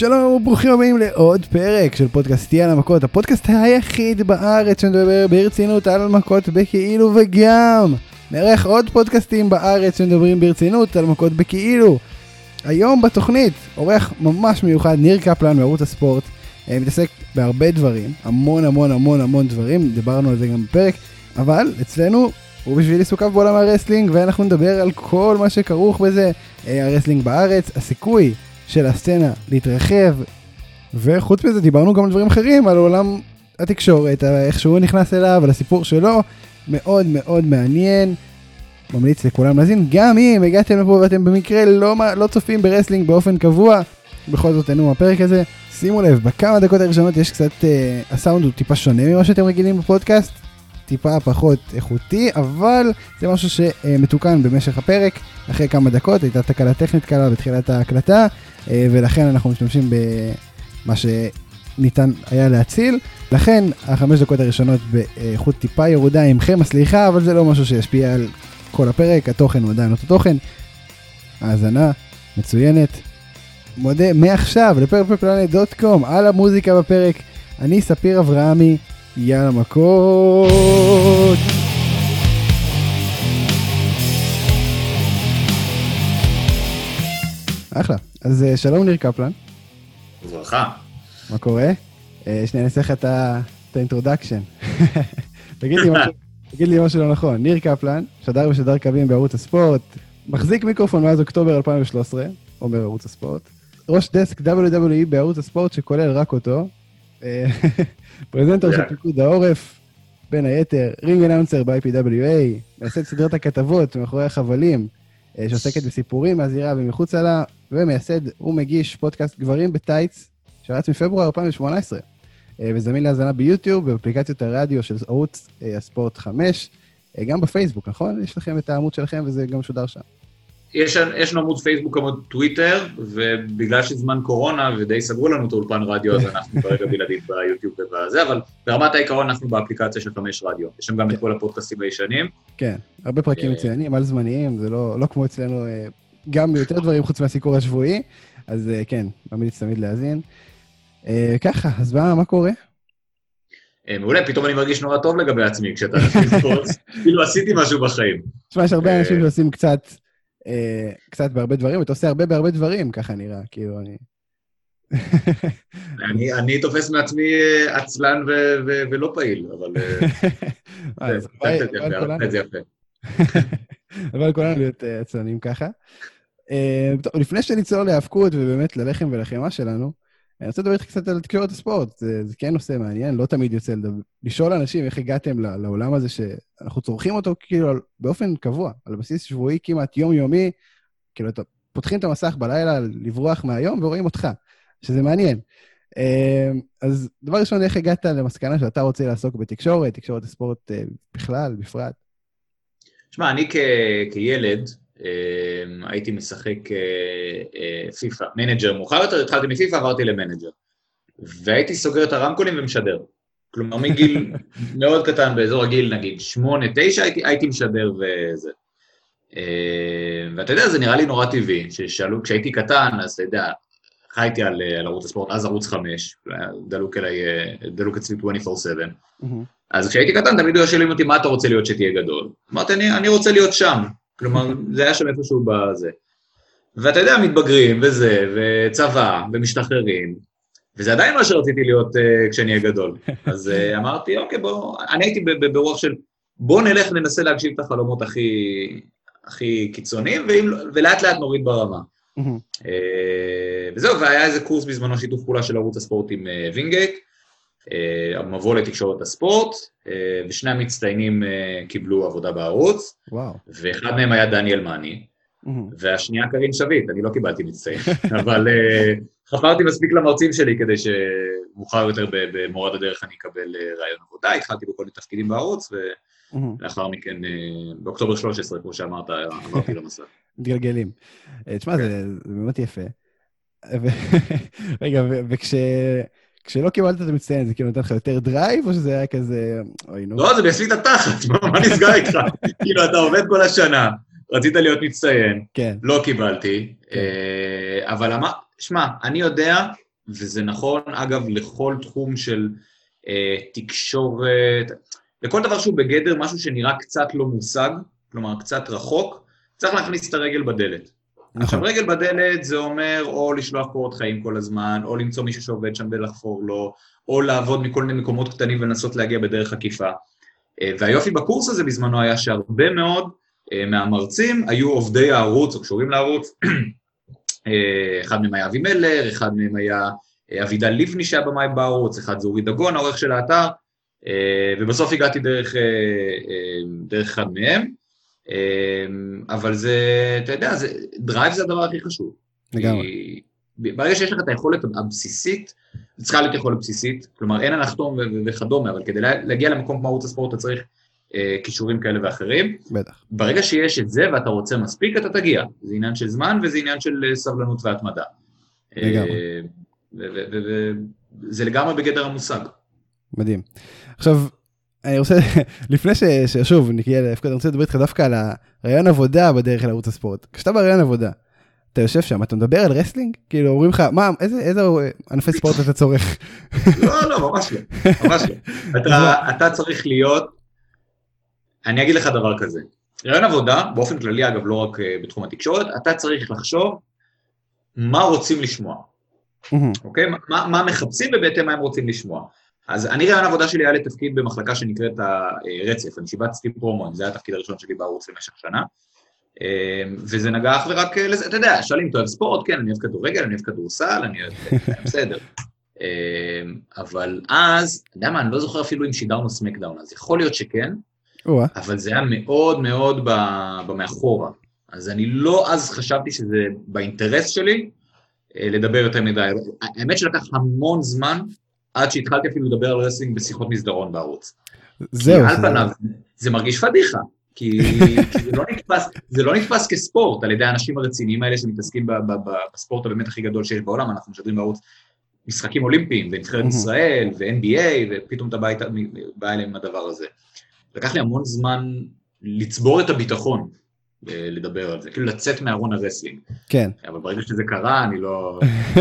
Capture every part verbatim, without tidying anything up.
שלום וברוכים הבאים לעוד פרק של פודקאסט תהיה על המכות, הפודקאסט היחיד בארץ שמדבר ברצינות על מכות בכאילו, וגם נערך עוד פודקאסטים בארץ שמדברים ברצינות על מכות בכאילו. היום בתוכנית אורח ממש מיוחד, ניר קפלן מערוץ הספורט, מתעסק בהרבה דברים, המון המון המון המון דברים, דיברנו על זה גם בפרק, אבל אצלנו הוא בשביל עיסוקיו בעולם הרסלינג, ואנחנו נדבר על כל מה שכרוך בזה, הרסלינג בארץ, הסיכוי של הסצנה להתרחב, וחוץ מזה דיברנו גם על דברים אחרים, על עולם התקשורת, איך שהוא נכנס אליו, על הסיפור שלו, מאוד מאוד מעניין, ממליץ לכולם להזין, גם אם הגעתם לפה ואתם במקרה לא, לא צופים ברסלינג באופן קבוע, בכל זאת תהנו מהפרק הזה, שימו לב, בכמה דקות הראשונות יש קצת, אה, הסאונד הוא טיפה שונה ממה שאתם רגילים בפודקאסט, טיפה פחות איכותי, אבל זה משהו שמתוקן במשך הפרק, אחרי כמה דקות, הייתה תקלה טכנית קלה בתחילת ההקלטה, ולכן אנחנו משתמשים במה שניתן היה להציל, לכן החמש דקות הראשונות באיכות טיפה ירודה עמכם הסליחה, אבל זה לא משהו שישפיע על כל הפרק, התוכן הוא עדיין אותו תוכן, האזנה מצוינת, מודה מעכשיו לפרפל פלנט דוט קום על המוזיקה בפרק, אני ספיר אברהמי, יאללה מכות. אחלה, אז שלום ניר קפלן. וברכה. מה קורה? שנייה נעשה לך את האינטרודקשן. תגיד לי משהו לא נכון. ניר קפלן, שדר ושדר קווים בערוץ הספורט, מחזיק מיקרופון מאז אוקטובר אלפיים ושלוש עשרה, אומר ערוץ הספורט, ראש דסק דאבליו דאבליו אי בערוץ הספורט שכולל רק אותו, פרזנטור של פיקוד העורף, בין היתר, רינג אנאונסר ב-איי פי דאבליו איי, מייסד סדרת הכתבות מאחורי החבלים, שעוסקת בסיפורים מהזירה ומחוץ לה, ומייסד ומגיש פודקאסט גברים בטייץ, שרץ מפברואר אלפיים שמונה עשרה, וזמין להזנה ביוטיוב, באפליקציות הרדיו של ערוץ הספורט חמש, גם בפייסבוק, נכון? יש לכם את העמוד שלכם וזה גם שודר שם. יש, יש עמוד פייסבוק, עמוד טוויטר, ובגלל שזמן קורונה ודי סגרו לנו את אולפן רדיו, אז אנחנו כרגע בלעדית ביוטיוב ובזה, אבל ברמת העיקרון אנחנו באפליקציה של חמש רדיו. יש שם גם את כל הפודקאסטים הישנים. כן, הרבה פרקים מצוינים, על זמניים, זה לא, לא כמו אצלנו, גם יותר דברים חוץ מהסיקור השבועי, אז כן, ממליץ תמיד להאזין. ככה, אז מה, מה קורה? מעולה, פתאום אני מרגיש נורא טוב לגבי עצמי, כשאתה נפוץ, כאילו עשיתי משהו בחיים. תשמע, יש הרבה אנשים שעושים קצת, קצת בהרבה דברים, אתה עושה הרבה בהרבה דברים, ככה נראה, כאילו אני... אני, אני תופס מעצמי עצלן ו- ו- ולא פעיל, אבל... זה יפה, זה יפה. אבל כולנו להיות עצלנים ככה. לפני שניצור להאבקות ובאמת ללחם ולחמה שלנו, אני רוצה לדבר איתך קצת על תקשורת הספורט, זה, זה כן נושא מעניין, לא תמיד יוצא לדבר, לשאול אנשים איך הגעתם לעולם הזה שאנחנו צורכים אותו כאילו באופן קבוע, על בסיס שבועי כמעט יומיומי, כאילו אתה פותחים את המסך בלילה לברוח מהיום ורואים אותך, שזה מעניין. אז דבר ראשון, איך הגעת למסקנה שאתה רוצה לעסוק בתקשורת, תקשורת הספורט בכלל, בפרט? תשמע, אני כ- כילד, הייתי משחק פיפה, מנג'ר מאוחר יותר, התחלתי מפיפה, עברתי למנג'ר. והייתי סוגר את הרמקולים ומשדר. כלומר, מגיל מאוד קטן, באזור הגיל, נגיד, שמונה, תשע, הייתי, הייתי משדר וזה. ואתה יודע, זה נראה לי נורא טבעי, ששאלו, כשהייתי קטן, אז אתה יודע, חייתי על, על ערוץ הספורט, אז ערוץ חמש, דלוק אליי, דלוק אצלי עשרים וארבע שבע. אז כשהייתי קטן, תמיד היו שואלים אותי, מה אתה רוצה להיות שתהיה גדול? אמרתי, אני, אני רוצה להיות שם. כלומר, זה היה שם איפשהו בזה. ואתה יודע, מתבגרים וזה, וצבא, ומשתחררים, וזה עדיין מה שרציתי להיות uh, כשאני אהיה גדול. אז uh, אמרתי, אוקיי, בוא, אני הייתי ברוח של, בוא נלך ננסה להגשים את החלומות הכי, הכי קיצוניים, ולאט לאט נוריד ברמה. uh, וזהו, והיה איזה קורס בזמנו שיתוף פעולה של ערוץ הספורט עם uh, וינגייט, Uh, מבוא לתקשורת הספורט, uh, ושני המצטיינים uh, קיבלו עבודה בערוץ, וואו. ואחד מהם היה דניאל מאני, mm-hmm. והשנייה קרין שביט, אני לא קיבלתי מצטיין, אבל uh, חפרתי מספיק למרצים שלי, כדי שמאוחר יותר במורד הדרך אני אקבל uh, רעיון עבודה, התחלתי בכל מיני תפקידים בערוץ, ולאחר mm-hmm. מכן, uh, באוקטובר שלוש עשרה, כמו שאמרת, אמרתי למסע. מתגלגלים. תשמע, זה, זה באמת יפה. רגע, וכש... כשלא קיבלת את המצטיין, זה כאילו נותן לך יותר דרייב, או שזה היה כזה... לא, זה בסליט התחת, מה נסגר איתך? כאילו, אתה עובד כל השנה, רצית להיות מצטיין, לא קיבלתי, אבל שמע, אני יודע וזה נכון, אגב, לכל תחום של אה, תקשורת, לכל דבר שהוא בגדר משהו שנראה קצת לא מושג, כלומר, קצת רחוק, צריך להכניס את הרגל בדלת. נכון. עכשיו, רגל בדלת זה אומר או לשלוח קורות חיים כל הזמן, או למצוא מישהו שעובד שם ולחפור לו, או לעבוד מכל מיני מקומות קטנים ולנסות להגיע בדרך עקיפה. והיופי בקורס הזה בזמנו היה שהרבה מאוד מהמרצים היו עובדי הערוץ, או קשורים לערוץ, אחד מהם היה אבי מלר, אחד מהם היה אבידל ליבני שהיה במאי בערוץ, אחד זה אורי דגון, העורך של האתר, ובסוף הגעתי דרך, דרך אחד מהם, אבל זה, אתה יודע, זה, דרייב זה הדבר הכי חשוב. לגמרי. ברגע שיש לך את היכולת הבסיסית, זה צריכה להיות יכולת בסיסית, כלומר אין הנחתום וכדומה, אבל כדי להגיע למקום כמו ערוץ הספורט, אתה צריך כישורים כאלה ואחרים. בטח. ברגע שיש את זה ואתה רוצה מספיק, אתה תגיע. זה עניין של זמן וזה עניין של סבלנות והתמדה. לגמרי. וזה לגמרי בגדר המושג. מדהים. עכשיו, אני רוצה, לפני ששוב נגיע להפקד, אני רוצה לדבר איתך דווקא על הרעיון עבודה בדרך לערוץ הספורט. כשאתה ברעיון עבודה, אתה יושב שם, אתה מדבר על רסלינג? כאילו, אומרים לך, מה, איזה, איזה ענפי ספורט אתה צורך? לא, לא, ממש לא, ממש לא. אתה, אתה צריך להיות, אני אגיד לך דבר כזה, רעיון עבודה, באופן כללי, אגב, לא רק בתחום התקשורת, אתה צריך לחשוב מה רוצים לשמוע. אוקיי? מה, מה מחפשים ובהתאם מה הם רוצים לשמוע. אז אני רעיון עבודה שלי היה לתפקיד במחלקה שנקראת הרצף, אני שיבצתי פרומואים, זה היה התפקיד הראשון שלי בערוץ למשך שנה, וזה נגע אך ורק לזה, אתה יודע, שואלים, אתה אוהב ספורט? כן, אני אוהב כדורגל, אני אוהב כדורסל, אני אוהב, בסדר. אבל אז, אתה יודע מה, אני לא זוכר אפילו אם שידרנו סמקדאון, אז יכול להיות שכן, אבל זה היה מאוד מאוד במאחורה. אז אני לא אז חשבתי שזה באינטרס שלי לדבר יותר מדי. האמת שלקח המון זמן, עד שהתחלתי אפילו לדבר על רסלינג בשיחות מסדרון בערוץ. זהו. על פניו, זה מרגיש פדיחה. כי זה לא נתפס, זה לא נתפס כספורט, על ידי האנשים הרציניים האלה שמתעסקים בספורט הבאמת הכי גדול שיש בעולם, אנחנו משדרים בערוץ משחקים אולימפיים, ונבחרת ישראל, ו-אן בי איי, ופתאום אתה בא אליהם עם הדבר הזה. לקח לי המון זמן לצבור את הביטחון, לדבר על זה, כאילו לצאת מארון הרסלינג. כן. אבל ברגע שזה קרה, אני לא...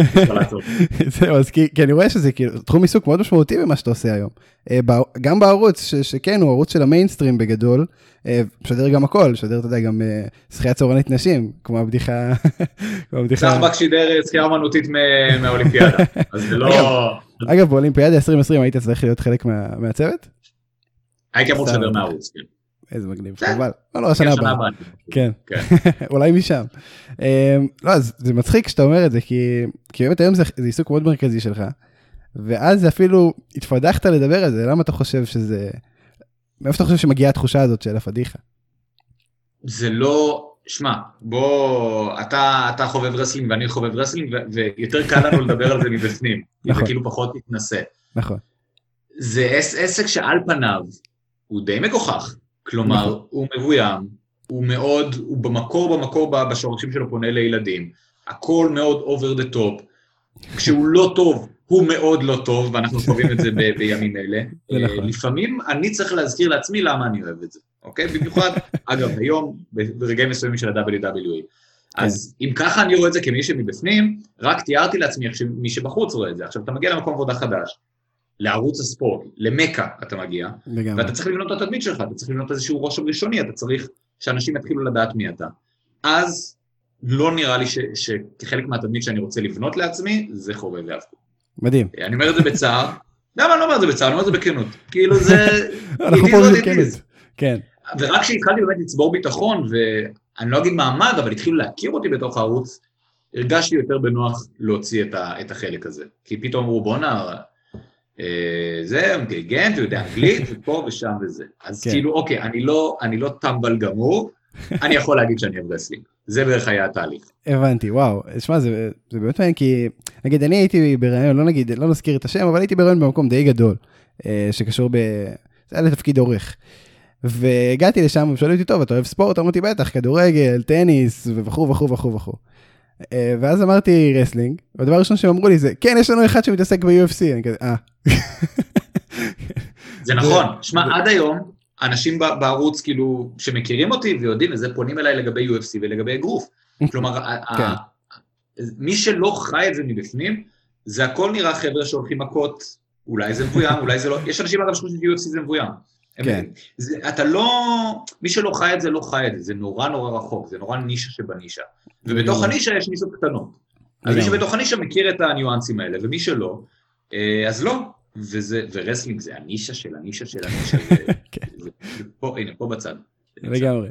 זהו, אז כי אני רואה שזה תחום עיסוק מאוד משמעותי במה שאתה עושה היום. גם בערוץ, שכן, הוא ערוץ של המיינסטרים בגדול, משדר גם הכל, משדר, אתה יודע, גם שחייה צהרונית נשים, כמו הבדיחה... סחבק שידר שחייה אמנותית מהאולימפיאדה, אז זה לא... אגב, באולימפיאדה עשרים עשרים היית צריך להיות חלק מהצוות? הייתי אמור לשדר מהערוץ, כן. איזה מגניב, חבל. לא, לא, השנה הבאה. כן, אולי משם. לא, אז זה מצחיק שאתה אומר את זה, כי באמת היום זה עיסוק מאוד מרכזי שלך, ואז אפילו התפדחת לדבר על זה, למה אתה חושב שזה... מאיפה אתה חושב שמגיעה התחושה הזאת של הפדיחה? זה לא... שמע, בוא... אתה חובב רסלינג ואני חובב רסלינג, ויותר קל לנו לדבר על זה מבפנים. נכון. וכאילו פחות מתנסה. נכון. זה עסק שעל פניו הוא די מגוחך. כלומר, הוא מבוים, הוא מאוד, הוא במקור, במקור, בשורשים שלו פונה לילדים, הכל מאוד over the top, כשהוא לא טוב, הוא מאוד לא טוב, ואנחנו חווים את זה ב- בימים אלה. לפעמים אני צריך להזכיר לעצמי למה אני אוהב את זה, אוקיי? במיוחד, אגב, היום, ברגעים מסוימים של ה-דאבליו דאבליו איי. אז אם ככה אני רואה את זה כמי שמבפנים, רק תיארתי לעצמי מי שבחוץ רואה את זה. עכשיו, אתה מגיע למקום עבודה חדש, לערוץ הספורט, למקה אתה מגיע, ואתה צריך לבנות את התדמית שלך, אתה צריך לבנות איזשהו רושם ראשוני, אתה צריך שאנשים יתחילו לדעת מי אתה. אז לא נראה לי ש, שכחלק מהתדמית שאני רוצה לבנות לעצמי, זה חובב ואהבתי. מדהים. אני אומר את זה בצער, למה אני לא אומר את זה בצער, אני אומר את זה בכנות, כאילו זה... אנחנו פה בכנות, כן. ורק כשהתחלתי באמת לצבור ביטחון, ואני לא אגיד מעמד, אבל התחילו להכיר אותי בתוך הערוץ, הרגשתי יותר בנוח להוציא את, ה, את החלק הזה. כי פתאום אמרו, בוא נער, זה, אינטליגנט, הוא יודע אנגלית, ופה ושם וזה. אז כאילו, אוקיי, אני לא, אני לא טמבל גמור, אני יכול להגיד שאני אוהב רסלינג. זה בערך היה התהליך. הבנתי, וואו. שמע, זה, זה באמת מעניין, כי, נגיד, אני הייתי ברעיון, לא נגיד, לא נזכיר את השם, אבל הייתי ברעיון במקום די גדול, שקשור ב... זה היה לתפקיד עורך. והגעתי לשם, ושואלו אותי, טוב, אתה אוהב ספורט? אמרתי, בטח, כדורגל, טניס, וכו' וכו' וכו' וכו'. ואז אמרתי רסלינג, והדבר הראשון שהם אמרו לי זה, כן, יש לנו אחד שמתעסק ב-יו אף סי, אני כזה, אה. זה נכון, שמע, עד היום, אנשים בערוץ, כאילו, שמכירים אותי ויודעים, וזה פונים אליי לגבי יו אף סי ולגבי אגרוף. כלומר, מי שלא חי את זה מבפנים, זה הכל נראה חבר'ה שהולכים מכות, אולי זה מבוים, אולי זה לא, יש אנשים אגב שחושבים ש-יו אף סי זה מבוים. כן. זה, אתה לא, מי שלא חי את זה, לא חי את זה, זה נורא נורא רחוק, זה נורא נישה שבנישה. ובתוך הנישה יש ניסות קטנות. אז מי שבתוך הנישה מכיר את הניואנסים האלה, ומי שלא, אז לא. וזה, ורסלינג זה הנישה של הנישה של הנישה, ופה, הנה, פה בצד. לגמרי.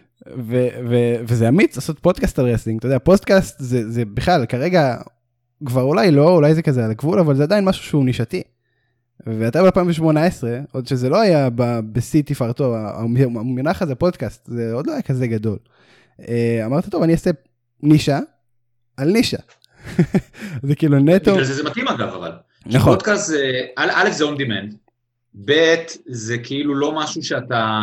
וזה אמיץ לעשות פודקאסט על רסלינג, אתה יודע, פודקאסט זה בכלל, כרגע, כבר אולי לא, אולי זה כזה על הגבול, אבל זה עדיין משהו שהוא נישתי. ואתה ב-אלפיים שמונה עשרה, עוד שזה לא היה בשיא תפארתו, המונח הזה פודקאסט, זה עוד לא היה כזה גדול. אמרת, טוב, אני אעשה נישה על נישה. זה כאילו נטו. בגלל זה זה מתאים אגב, אבל. נכון. פודקאסט זה, א' זה on demand, ב' זה כאילו לא משהו שאתה,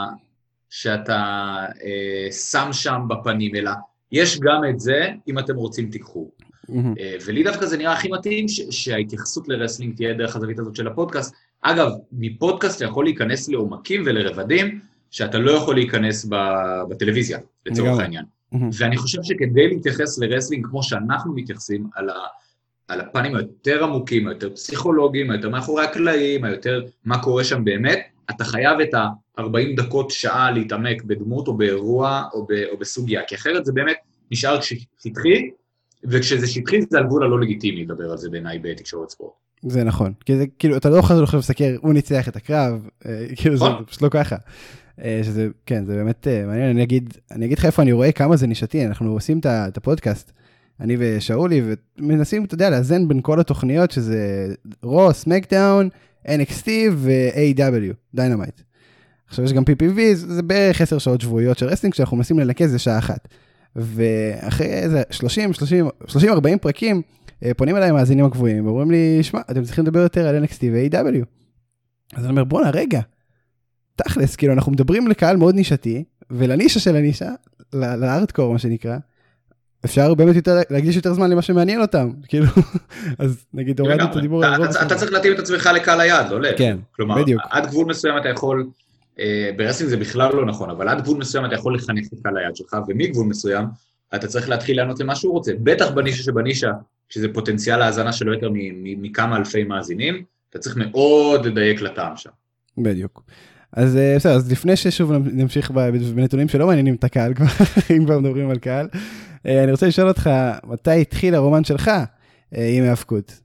שאתה אה, שם שם בפנים, אלא יש גם את זה, אם אתם רוצים תיקחו. Mm-hmm. ולי דווקא זה נראה הכי מתאים ש- שההתייחסות לרסלינג תהיה דרך הזווית הזאת של הפודקאסט. אגב, מפודקאסט אתה יכול להיכנס לעומקים ולרבדים שאתה לא יכול להיכנס ב- בטלוויזיה, לצורך העניין. Mm-hmm. ואני חושב שכדי להתייחס לרסלינג כמו שאנחנו מתייחסים על, ה- על הפנים היותר עמוקים, היותר פסיכולוגיים, היותר מאחורי הקלעים, היותר מה קורה שם באמת, אתה חייב את ה-ארבעים דקות שעה להתעמק בדמות או באירוע או, ב- או בסוגיה, כי אחרת זה באמת נשאר שטחי, וכשזה שטחי זה על גבול הלא לגיטימי לדבר על זה בעיניי בתקשורת ספורט. זה נכון, כי זה כאילו, אתה לא יכול לחשוב לסקר, הוא ניצח את הקרב, כאילו זה פשוט לא ככה. שזה, כן, זה באמת מעניין, אני אגיד, אני אגיד לך איפה אני רואה כמה זה נישתי, אנחנו עושים את הפודקאסט, אני ושאולי, ומנסים, אתה יודע, לאזן בין כל התוכניות, שזה רו, סמקדאון, אן אקס טי ו-איי דאבליו, דיינמייט. עכשיו יש גם פי פי וי, זה בערך עשר שעות שבועיות של רסלינג, שאנחנו מנסים לנקז זה שעה אחת. ואחרי איזה שלושים, שלושים, שלושים, ארבעים פרקים, פונים אליי מאזינים הקבועים, ואומרים לי, שמע, אתם צריכים לדבר יותר על אן אקס טי ו-איי דאבליו. אז אני אומר, בוא'נה, רגע, תכלס, כאילו, אנחנו מדברים לקהל מאוד נישתי, ולנישה של הנישה, לארדקור, מה שנקרא, אפשר באמת יותר, להקדיש יותר זמן למה שמעניין אותם, כאילו, אז נגיד, הורדנו את הדיבור על רוב. אתה צריך להתאים את עצמך לקהל היעד, לא לב. כן, בדיוק. כלומר, עד גבול מסוים אתה יכול, ברסלינג זה בכלל לא נכון, אבל עד גבול מסוים אתה יכול לחנך את קהל היעד שלך, ומגבול מסוים אתה צריך להתחיל לענות למה שהוא רוצה. בטח בנישה שבנישה, שזה פוטנציאל ההאזנה שלו יותר מכמה אלפי מאזינים, אתה צריך מאוד לדייק לטעם שם. בדיוק. אז בסדר, אז לפני ששוב נמשיך בנתונים שלא מעניינים את הקהל, אם כבר מדברים על קהל, אני רוצה לשאול אותך, מתי התחיל הרומן שלך עם האבקות?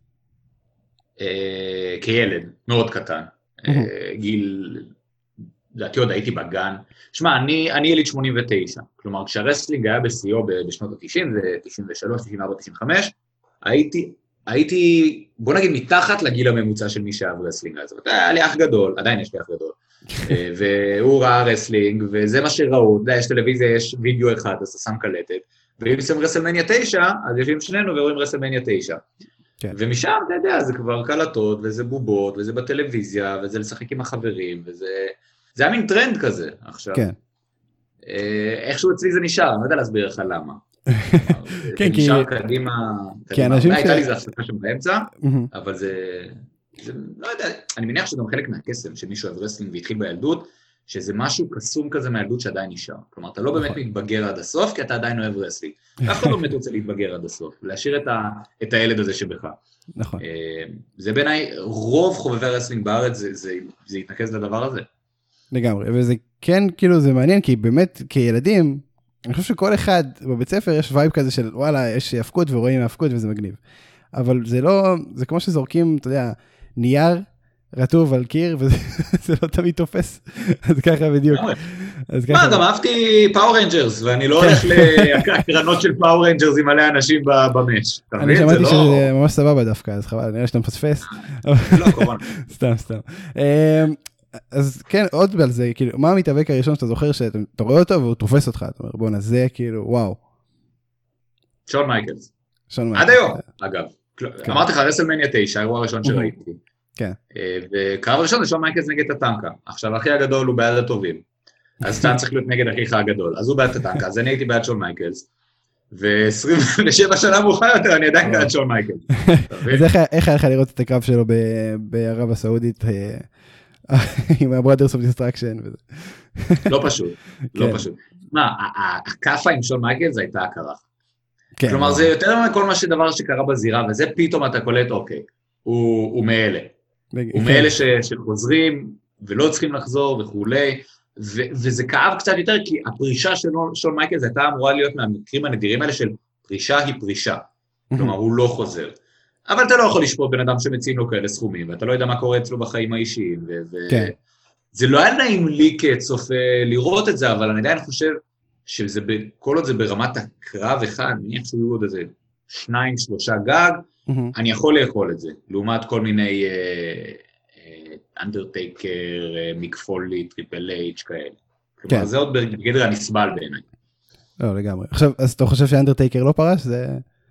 כילד, מאוד קטן. גיל, לדעתי עוד הייתי בגן. שמע, אני יליד שמונים ותשע, כלומר, כשהרסלינג היה בשיאו בשנות ה-תשעים, זה תשעים ושלוש, תשעים וארבע, תשעים וחמש, הייתי... הייתי, בוא נגיד, מתחת לגיל הממוצע של מי שאהב רסלינג. אז היה לי אח גדול, עדיין יש לי אח גדול, והוא ראה רסלינג, וזה מה שראו, יש טלוויזיה, יש וידאו אחד, אז אתה שם קלטת, ואם עושים רסלמניה תשע, אז יושבים שנינו ורואים רסלמניה תשע. ומשם, אתה יודע, זה כבר קלטות, וזה בובות, וזה בטלוויזיה, וזה לשחק עם החברים, וזה... זה היה מין טרנד כזה, עכשיו. איכשהו אצלי זה נשאר, אני לא יודע להסביר לך למה. כן, כי... נשאר קדימה, הייתה לי זה הפסקה שם באמצע, אבל זה, לא יודע, אני מניח שזה גם חלק מהקסם, שמישהו אוהב רסלינג והתחיל בילדות, שזה משהו קסום כזה מהילדות שעדיין נשאר. כלומר, אתה לא באמת מתבגר עד הסוף, כי אתה עדיין אוהב רסלינג. אף אחד לא באמת רוצה להתבגר עד הסוף, להשאיר את הילד הזה שבך. נכון. זה בעיניי, רוב חובבי הרסלינג בארץ, זה יתנקז לדבר הזה. לגמרי, וזה כן, כאילו, זה מעניין, כי באמת, כילדים, אני חושב שכל אחד בבית ספר יש וייב כזה של, וואלה, יש הפקות ורואים הפקות וזה מגניב. אבל זה לא, זה כמו שזורקים, אתה יודע, נייר רטוב על קיר, וזה לא תמיד תופס. אז ככה בדיוק. מה, גם אהבתי פאור רנג'רס, ואני לא הולך להקרנות של פאור רנג'רס עם מלא אנשים במש. אני שמעתי שזה ממש סבבה דווקא, אז חבל, נראה שאתה מפספס. לא, קורונה. סתם, סתם. אז כן, עוד על זה, כאילו, מה המתאבק הראשון שאתה זוכר שאתה רואה אותו והוא תופס אותך, אתה אומר, בוא נזה, כאילו, וואו. שון מייקלס. שון מייקלס. עד היום, אגב. אמרתי לך, רסלמניה תשע, האירוע הראשון שראיתי. כן. וקרב הראשון זה שון מייקלס נגד הטנקה. עכשיו, אחי הגדול הוא בעד הטובים. אז אתה צריך להיות נגד אחיך הגדול. אז הוא בעד הטנקה, אז אני הייתי בעד שון מייקלס. ו-עשרים ושבע שנה מאוחר יותר, אני עדיין בעד שון מייקלס. אז איך היה לך לראות את הקרב שלו בערב הסעודית, עם ה-Brothers of Destruction וזה. לא פשוט, לא פשוט. מה, הכאפה עם שון מייקלס הייתה הקרח. כן, כלומר, זה יותר מכל מה שדבר שקרה בזירה, וזה פתאום אתה קולט, אוקיי, הוא, הוא מאלה. הוא מאלה ש, שחוזרים, ולא צריכים לחזור וכולי, ו, וזה כאב קצת יותר, כי הפרישה של שון מייקלס הייתה אמורה להיות מהמקרים הנדירים האלה של פרישה היא פרישה. כלומר, הוא לא חוזר. אבל אתה לא יכול לשפוט בן אדם שמציעים לו כאלה סכומים, ואתה לא יודע מה קורה אצלו בחיים האישיים, וזה כן. לא היה נעים לי כצופה לראות את זה, אבל אני עדיין חושב שזה, כל עוד זה ברמת הקרב אחד, אני חושב שיהיו עוד איזה שניים, שלושה גג, אני יכול לאכול את זה, לעומת כל מיני אנדרטייקר, מיק פולי, טריפל אייץ' כאלה. כלומר, זה עוד בגדר הנסבל בעיניי. לא, לגמרי. עכשיו, אז אתה חושב שאנדרטייקר לא פרש? זה...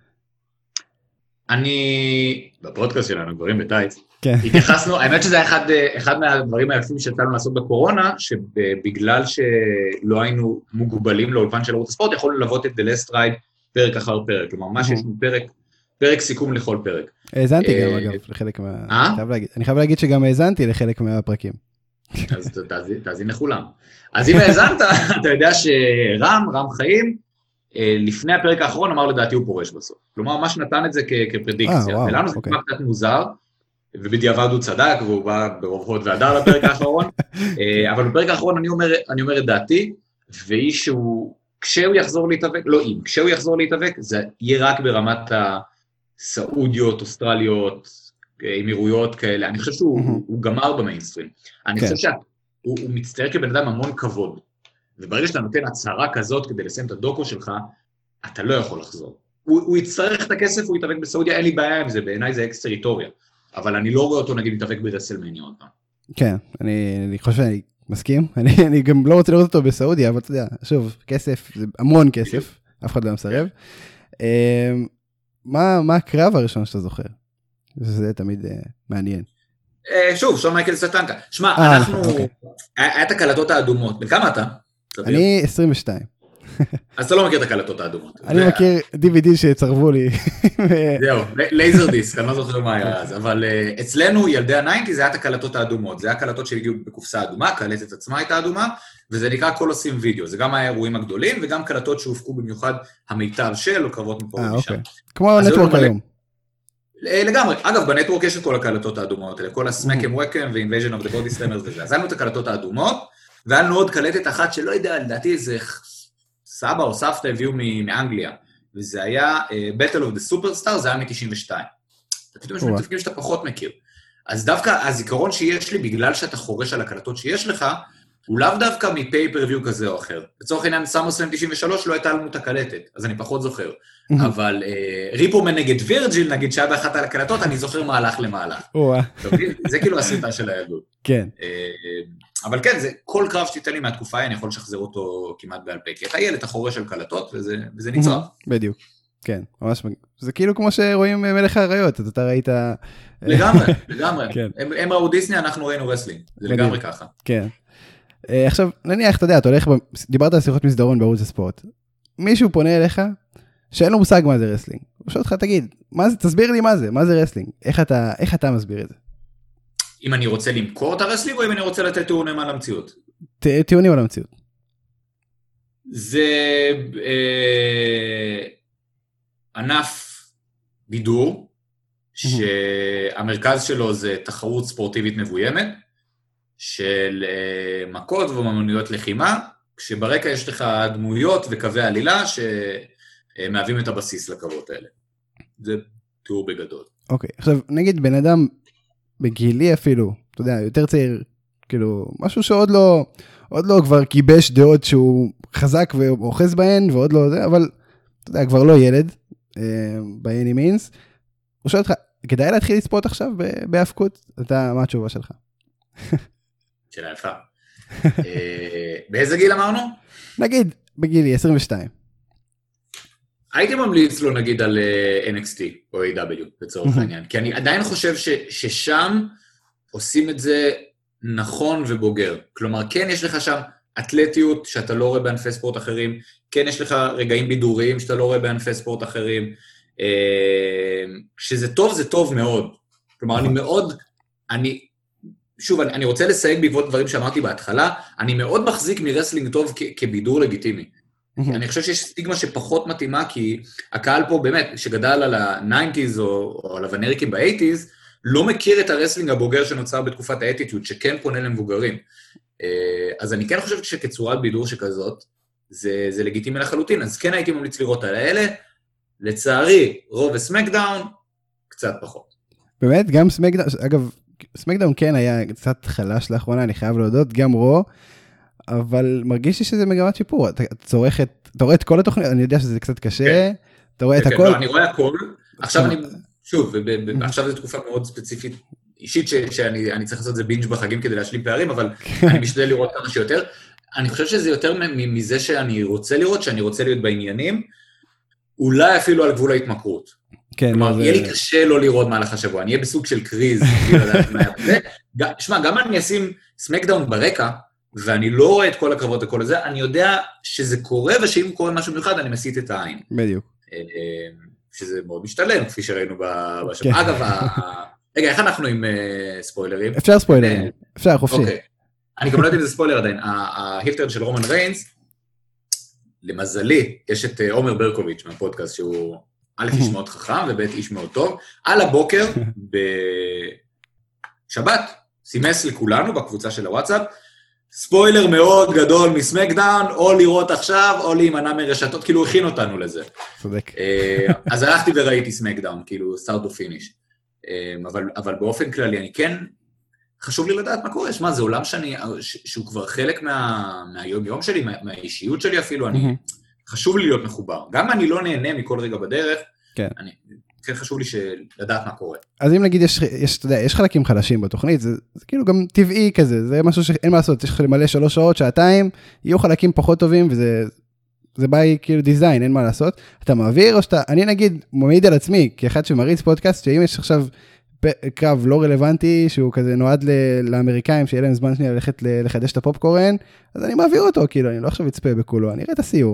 אני, בפודקאסט שלנו, גברים בטייץ, התייחסנו, האמת שזה אחד, אחד מהדברים היפים שיצאנו לעשות בקורונה, שבגלל שלא היינו מוגבלים לאולפן של ערוץ הספורט, יכולנו ללוות את The Last Ride פרק אחר פרק, כלומר, מה שיש לנו פרק, פרק סיכום לכל פרק. האזנתי גם, אגב, לחלק מה... אני חייב להגיד שגם האזנתי לחלק מהפרקים. אז תאזין לכולם. אז אם האזנת, אתה יודע שרם, רם חיים, לפני הפרק האחרון אמר לדעתי הוא פורש בסוף. כלומר, ממש נתן את זה כפרדיקציה. ולנו זה כבר קצת מוזר, ובדיעבד הוא צדק, והוא בא ברוב הוד והדר לפרק האחרון, אבל בפרק האחרון אני אומר את דעתי, והיא שהוא, כשהוא יחזור להתאבק, לא אם, כשהוא יחזור להתאבק, זה יהיה רק ברמת הסעודיות, אוסטרליות, אמירויות כאלה. אני חושב שהוא גמר במיינסטרים. אני חושב שהוא מצטער כבן אדם המון כבוד. וברגע שאתה נותן הצהרה כזאת כדי לסיים את הדוקו שלך, אתה לא יכול לחזור. הוא, הוא יצטרך את הכסף, הוא יתאבק בסעודיה, אין לי בעיה עם זה, בעיניי זה אקס טריטוריה. אבל אני לא רואה אותו, נגיד, יתאבק ברסלמניה עוד פעם. כן, אני, אני חושב שאני מסכים. אני, אני גם לא רוצה לראות אותו בסעודיה, אבל אתה יודע, שוב, כסף, זה המון כסף, אף אחד לא מסרב. מה, מה הקרב הראשון שאתה זוכר? זה תמיד מעניין. שוב, שון מייקלס וטנקה. שמע, אנחנו... היה את הקלטות האדומות. בן כמה אתה? אני עשרים ושתיים. אז אתה לא מכיר את הקלטות האדומות. אני מכיר די וי די שצרבו לי. זהו, לייזר דיסק, אני לא זוכר מה היה אז. אבל אצלנו, ילדי ה-תשעים, זה היה את הקלטות האדומות. זה היה הקלטות שהגיעו בקופסה אדומה, קלטת עצמה הייתה אדומה, וזה נקרא כל עושים וידאו. זה גם האירועים הגדולים, וגם קלטות שהופקו במיוחד המיטב של, או קרבות מפה ומשם. כמו נטוורק היום. לגמרי. אגב, בנטוורק יש את כל הקלטות האדומות האלה, כל הסמקם ווקם ו-Invasion of the Body Slammers וזה. אז היינו את הקלטות האדומות, והיה לנו עוד קלטת אחת שלא יודע, לדעתי איזה סבא או סבתא הביאו מאנגליה, וזה היה Battle of the Superstar, זה היה מ-תשעים ושתיים. פתאום יש מתפקים שאתה פחות מכיר. אז דווקא הזיכרון שיש לי, בגלל שאתה חורש על הקלטות שיש לך, הוא לאו דווקא מפייפריוויו כזה או אחר. לצורך העניין, סאמרסלאם תשעים ושלוש לא הייתה לנו את הקלטת, אז אני פחות זוכר. אבל ריפומן נגד וירג'יל, נגיד שהיה באחת על הקלטות, אני זוכר מהלך למהלך. זה כאילו הסרטה של הילדות. כן. אבל כן, כל קרב שתיתן לי מהתקופה, אני יכול לשחזר אותו כמעט בעל פה, כי אתה ילד החורש של קלטות, וזה נצרף. בדיוק. כן, ממש, זה כאילו כמו שרואים מלך האריות, אז אתה ראית... לגמרי, לגמרי. הם ראו דיסני, אנחנו ראינו רסלינג. זה לגמרי ככה. כן. עכשיו, נניח, אתה יודע, אתה הולך, דיברת על שיחות מסדרון בערוץ הספורט, מישהו פונה אליך, שאין לו מושג מה זה רסלינג. הוא שואל אותך, תגיד, מה זה, תסביר לי מה זה, מה זה רסלינג? איך אתה, איך אתה מסביר את זה? אם אני רוצה למכור את הרסלינג, או אם אני רוצה לתת טיעונים על המציאות? טיעונים על המציאות. זה אה, ענף בידור, שהמרכז שלו זה תחרות ספורטיבית מבוימת, של uh, מכות וממוניות לחימה, כשברקע יש לך דמויות וקווי עלילה שמהווים את הבסיס לקרבות האלה. זה תיאור בגדול. אוקיי, okay. עכשיו נגיד בן אדם בגילי אפילו, אתה יודע, יותר צעיר, כאילו, משהו שעוד לא, עוד לא כבר קיבש דעות שהוא חזק ואוחז בהן, ועוד לא זה, אבל אתה יודע, כבר לא ילד, uh, by any means, הוא שואל אותך, כדאי להתחיל לצפות עכשיו בהפקות? אתה, מה התשובה שלך? שאלה יפה. באיזה גיל אמרנו? נגיד, בגילי, עשרים ושתיים. הייתי ממליץ לו נגיד על אן אקס טי או איי דאבליו בצורך העניין, כי אני עדיין חושב ששם עושים את זה נכון ובוגר. כלומר, כן יש לך שם אתלטיות שאתה לא רואה בענפי ספורט אחרים, כן יש לך רגעים בידוריים שאתה לא רואה בענפי ספורט אחרים, שזה טוב, זה טוב מאוד. כלומר, אני מאוד, אני... שוב, אני, אני רוצה לסייג בעקבות דברים שאמרתי בהתחלה, אני מאוד מחזיק מרסלינג טוב כ- כבידור לגיטימי. אני חושב שיש סטיגמה שפחות מתאימה, כי הקהל פה באמת, שגדל על ה-תשעים או, או על הוונריקים ב-שמונים, לא מכיר את הרסלינג הבוגר שנוצר בתקופת האטיטיוד, שכן פונה למבוגרים. אז אני כן חושבת שכצורת בידור שכזאת, זה, זה לגיטימי לחלוטין, אז כן הייתי ממליץ לראות על האלה, לצערי, רוב וסמקדאון, קצת פחות. באמת, גם סמקדאון, אגב, סמקדאון כן היה קצת חלש לאחרונה, אני חייב להודות, גם רו, אבל מרגיש לי שזה מגמת שיפור, אתה צורך את, אתה רואה את כל התוכנית, אני יודע שזה קצת קשה, אתה רואה את הכל. לא, אני רואה הכל, עכשיו אני, שוב, עכשיו זו תקופה מאוד ספציפית, אישית שאני צריך לעשות את זה בינג' בחגים כדי להשלים פערים, אבל אני משתדל לראות כמה שיותר. אני חושב שזה יותר מזה שאני רוצה לראות, שאני רוצה להיות בעניינים, אולי אפילו על גבול ההתמכרות. כלומר, יהיה לי קשה לא לראות מהלך השבוע, אני אהיה בסוג של קריז, שמע, גם אני אשים סמקדאון ברקע, ואני לא רואה את כל הקרבות וכל הזה, אני יודע שזה קורה, ושאם קורה משהו מיוחד, אני מסיט את העין. בדיוק. שזה מאוד משתלם, כפי שראינו בשבוע. אגב, רגע, איך אנחנו עם ספוילרים? אפשר ספוילרים, אפשר, חופשי. אוקיי. אני גם לא יודע אם זה ספוילר עדיין. ההילטרד של רומן ריינס, למזלי, יש את עומר ברקוביץ' מהפודקאסט, שהוא א' איש מאוד חכם, וב' איש מאוד טוב. על הבוקר, בשבת, סימס לכולנו בקבוצה של הוואטסאפ, ספוילר מאוד גדול מסמקדאון, או לראות עכשיו, או להימנע מרשתות, כאילו הכין אותנו לזה. צודק. אז הלכתי וראיתי סמקדאון, כאילו סטארט או פיניש. אבל, אבל באופן כללי, אני כן, חשוב לי לדעת מה קורה, שמה, זה עולם שאני, שהוא כבר חלק מה, מהיום-יום שלי, מה, מהאישיות שלי אפילו, אני, חשוב לי להיות מחובר. גם אני לא נהנה מכל רגע בדרך, כן. אני, כן חשוב לי לדעת מה קורה. אז אם נגיד, יש, יש, אתה יודע, יש חלקים חלשים בתוכנית, זה, זה כאילו גם טבעי כזה, זה משהו שאין מה לעשות, צריך למלא שלוש שעות, שעתיים, יהיו חלקים פחות טובים, וזה, זה בא כאילו דיזיין, אין מה לעשות. אתה מעביר, או שאתה, אני נגיד, מעיד על עצמי, כאחד שמריץ פודקאסט, שאם יש עכשיו קרב לא רלוונטי, שהוא כזה נועד לאמריקאים, שיהיה להם זמן שנייה ללכת לחדש את הפופקורן, אז אני מעביר אותו, כאילו, אני לא עכשיו אצפה בכולו, אני אראה את הסיום.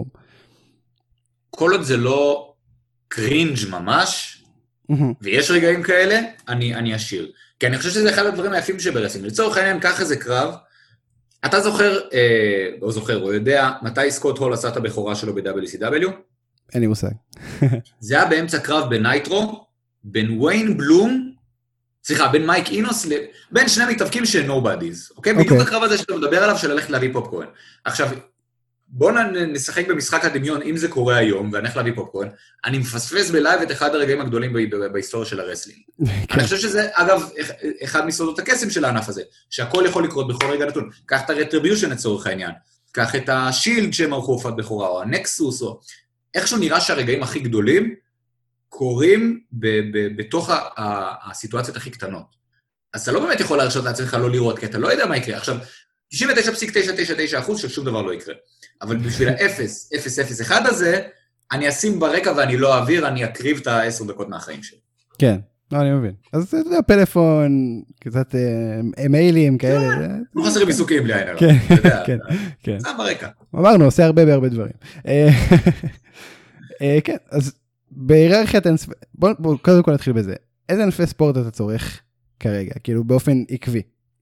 כל עוד זה לא קרינג' ממש, ויש רגעים כאלה, אני, אני אשאיר. כי אני חושב שזה אחד הדברים היפים שברסלינג. לצורך העניין, קח איזה קרב, אתה זוכר, אה, או זוכר, או יודע, מתי סקוט הול עשה את הבכורה שלו ב-דאבליו סי דאבליו? אין לי מושג. זה היה באמצע קרב בנייטרו, בין ויין בלום, סליחה, בין מייק אינוס, בין שני מתאבקים של נובדיז, אוקיי? Okay. בדיוק הקרב הזה שאתה מדבר עליו, של ללכת להביא פופקורן. עכשיו, בואו נשחק במשחק הדמיון, אם זה קורה היום, ואני הולך להביא פופקורן, אני מפספס בלייב את אחד הרגעים הגדולים בהיסטוריה של הרסלינג. אני חושב שזה, אגב, אחד מסודות הקסם של הענף הזה, שהכל יכול לקרות בכל רגע נתון. קח את הרטריביושן לצורך העניין, קח את השילד שהם ערכו הופעת בכורה, או הנקסוס, או איכשהו נראה שהרגעים הכי גדולים, קורים בתוך הסיטואציות הכי קטנות. אז אתה לא באמת יכול להרשות לעצמך לא לראות, כי אתה לא יודע מה יקרה. עכשיו, תשעים ותשע נקודה תשע תשע תשע אחוז של שום דבר לא יקרה. אבל בשביל ה-אפס, אפס אפס אחד הזה, אני אשים ברקע ואני לא אעביר, אני אקריב את העשר דקות מהחיים שלי. כן, לא, אני מבין. אז אתה יודע, פלאפון, קצת מיילים כאלה. לא חסרים עיסוקים בלי עין הרע. כן, כן. זה ברקע. אמרנו, עושה הרבה בהרבה דברים. כן, אז בהיררכיית, בואו קודם כל נתחיל בזה. איזה ענפי ספורט אתה צורך כרגע? כאילו באופן עקבי.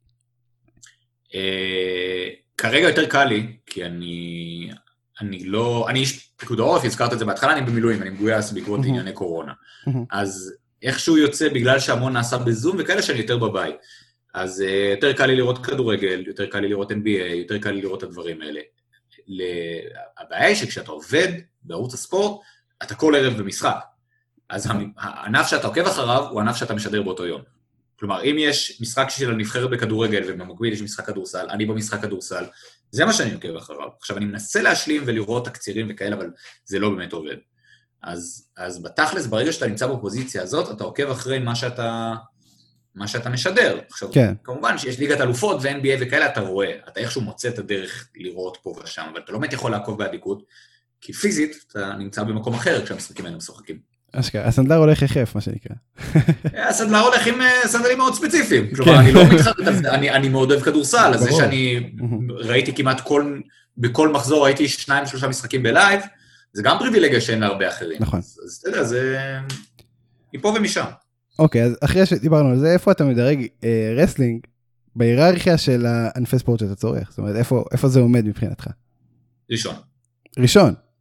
כרגע יותר קל לי, כי אני, אני לא, אני איש פיקוד העורף, הזכרת את זה בהתחלה, אני במילואים, אני מגויס בעקבות ענייני קורונה. אז איכשהו יוצא בגלל שהמון נעשה בזום, וכאלה שאני יותר בבית. אז יותר קל לי לראות כדורגל, יותר קל לי לראות אן בי איי, יותר קל לי לראות את הדברים האלה. הבעיה היא שכשאתה עובד בערוץ הספורט, אתה כל ערב במשחק. אז הענף שאתה עוקב אחריו, הוא הענף שאתה משדר באותו יום. כלומר, אם יש משחק של הנבחרת בכדורגל, ובמקביל יש משחק כדורסל, אני במשחק כדורסל, זה מה שאני עוקב אחריו. עכשיו, אני מנסה להשלים ולראות תקצירים וכאלה, אבל זה לא באמת עובד. אז, אז בתכלס, ברגע שאתה נמצא בפוזיציה הזאת, אתה עוקב אחרי מה שאתה, מה שאתה משדר. עכשיו, כן. כמובן שיש ליגת אלופות ו-אן בי איי וכאלה, אתה רואה, אתה איכשהו מוצא את הדרך לראות פה ושם, אבל אתה לא באמת יכול לעקוב בעדיקות, כי פיזית אתה נמצא במקום אחר כשהמשחקים האלה משוחקים. אשכרה, הסנדלר הולך יחף, מה שנקרא. הסנדלר הולך עם סנדלים מאוד ספציפיים. כלומר, אני לא מתחרט על זה, אני מאוד אוהב כדורסל, אז זה שאני ראיתי כמעט כל, בכל מחזור ראיתי שניים, שלושה משחקים בלייב, זה גם פריבילגיה שאין להרבה אחרים. נכון. אז אתה יודע, זה מפה ומשם. אוקיי, אז אחרי שדיברנו על זה, איפה אתה מדרג רסלינג בהיררכיה של הענפי ספורט שאתה צורך? זאת אומרת, איפה זה עומד מבחינתך? ראשון. ראשון?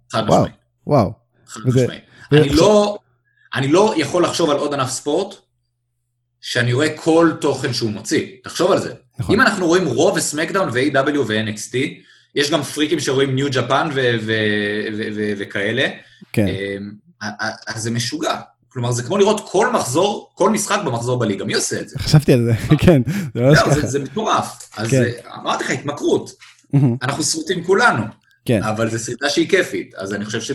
חד משמעית. וואו. חד משמעית. אני לא, אני לא יכול לחשוב על עוד ענף ספורט, שאני רואה כל תוכן שהוא מוציא. תחשוב על זה. אם אנחנו רואים רוב וסמקדאון ו-איי דאבליו ו-אן אקס טי, יש גם פריקים שרואים ניו ג'פן וכאלה, אז זה משוגע. כלומר, זה כמו לראות כל מחזור, כל משחק במחזור בליגה. מי עושה את זה? חשבתי על זה, כן. זה מטורף. אז אמרתי לך, התמכרות. אנחנו סרוטים כולנו, אבל זו סריטה שהיא כיפית. אז אני חושב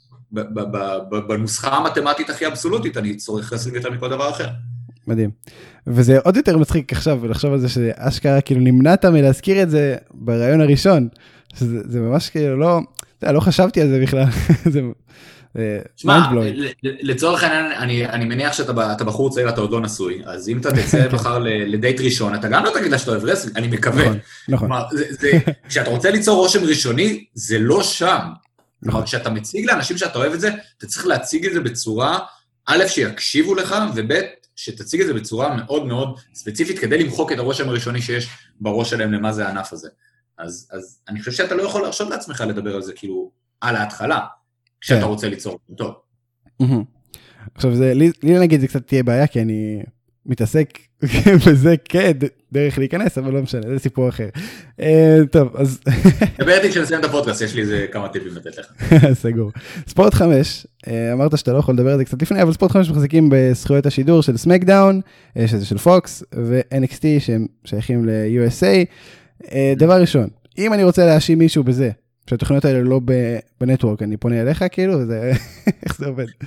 שבנוסחה המתמטית הכי אבסולוטית, אני צורך רסלינג יותר מכל דבר אחר. מדהים. וזה עוד יותר מצחיק עכשיו, ולחשוב על זה שאשכרה כאילו נמנעת מלהזכיר את זה ברעיון הראשון. זה ממש כאילו לא, לא חשבתי על זה בכלל. זה... שמע, לצורך העניין, אני מניח שאתה בחור צעיר, אתה עוד לא נשוי, אז אם אתה תצא מחר לדייט ראשון, אתה גם לא תגיד לה שאתה אוהב רסלינג, אני מקווה. נכון. כשאתה רוצה ליצור רושם ראשוני, זה לא שם. כלומר, כשאתה מציג לאנשים שאתה אוהב את זה, אתה צריך להציג את זה בצורה, א', שיקשיבו לך, וב', שתציג את זה בצורה מאוד מאוד ספציפית, כדי למחוק את הרושם הראשוני שיש בראש שלהם למה זה הענף הזה. אז אני חושב שאתה לא יכול להרשות לעצמך לדבר על זה כאילו על ההתחלה. כשאתה רוצה ליצור טוב. עכשיו, לי נגיד זה קצת תהיה בעיה, כי אני מתעסק בזה כדרך להיכנס, אבל לא משנה, זה סיפור אחר. טוב, אז... דבר איתי כשנסיים את הפודקאסט, יש לי איזה כמה טיפים לתת לך. סגור. ספורט חמש, אמרת שאתה לא יכול לדבר על זה קצת לפני, אבל ספורט חמש מחזיקים בזכויות השידור של סמקדאון, שזה של פוקס, ו-אן אקס טי שהם שייכים ל-יו אס איי. דבר ראשון, אם אני רוצה להאשים מישהו בזה, שהתוכניות האלה לא בנטוורק, אני פונה אליך כאילו, איך זה עובד?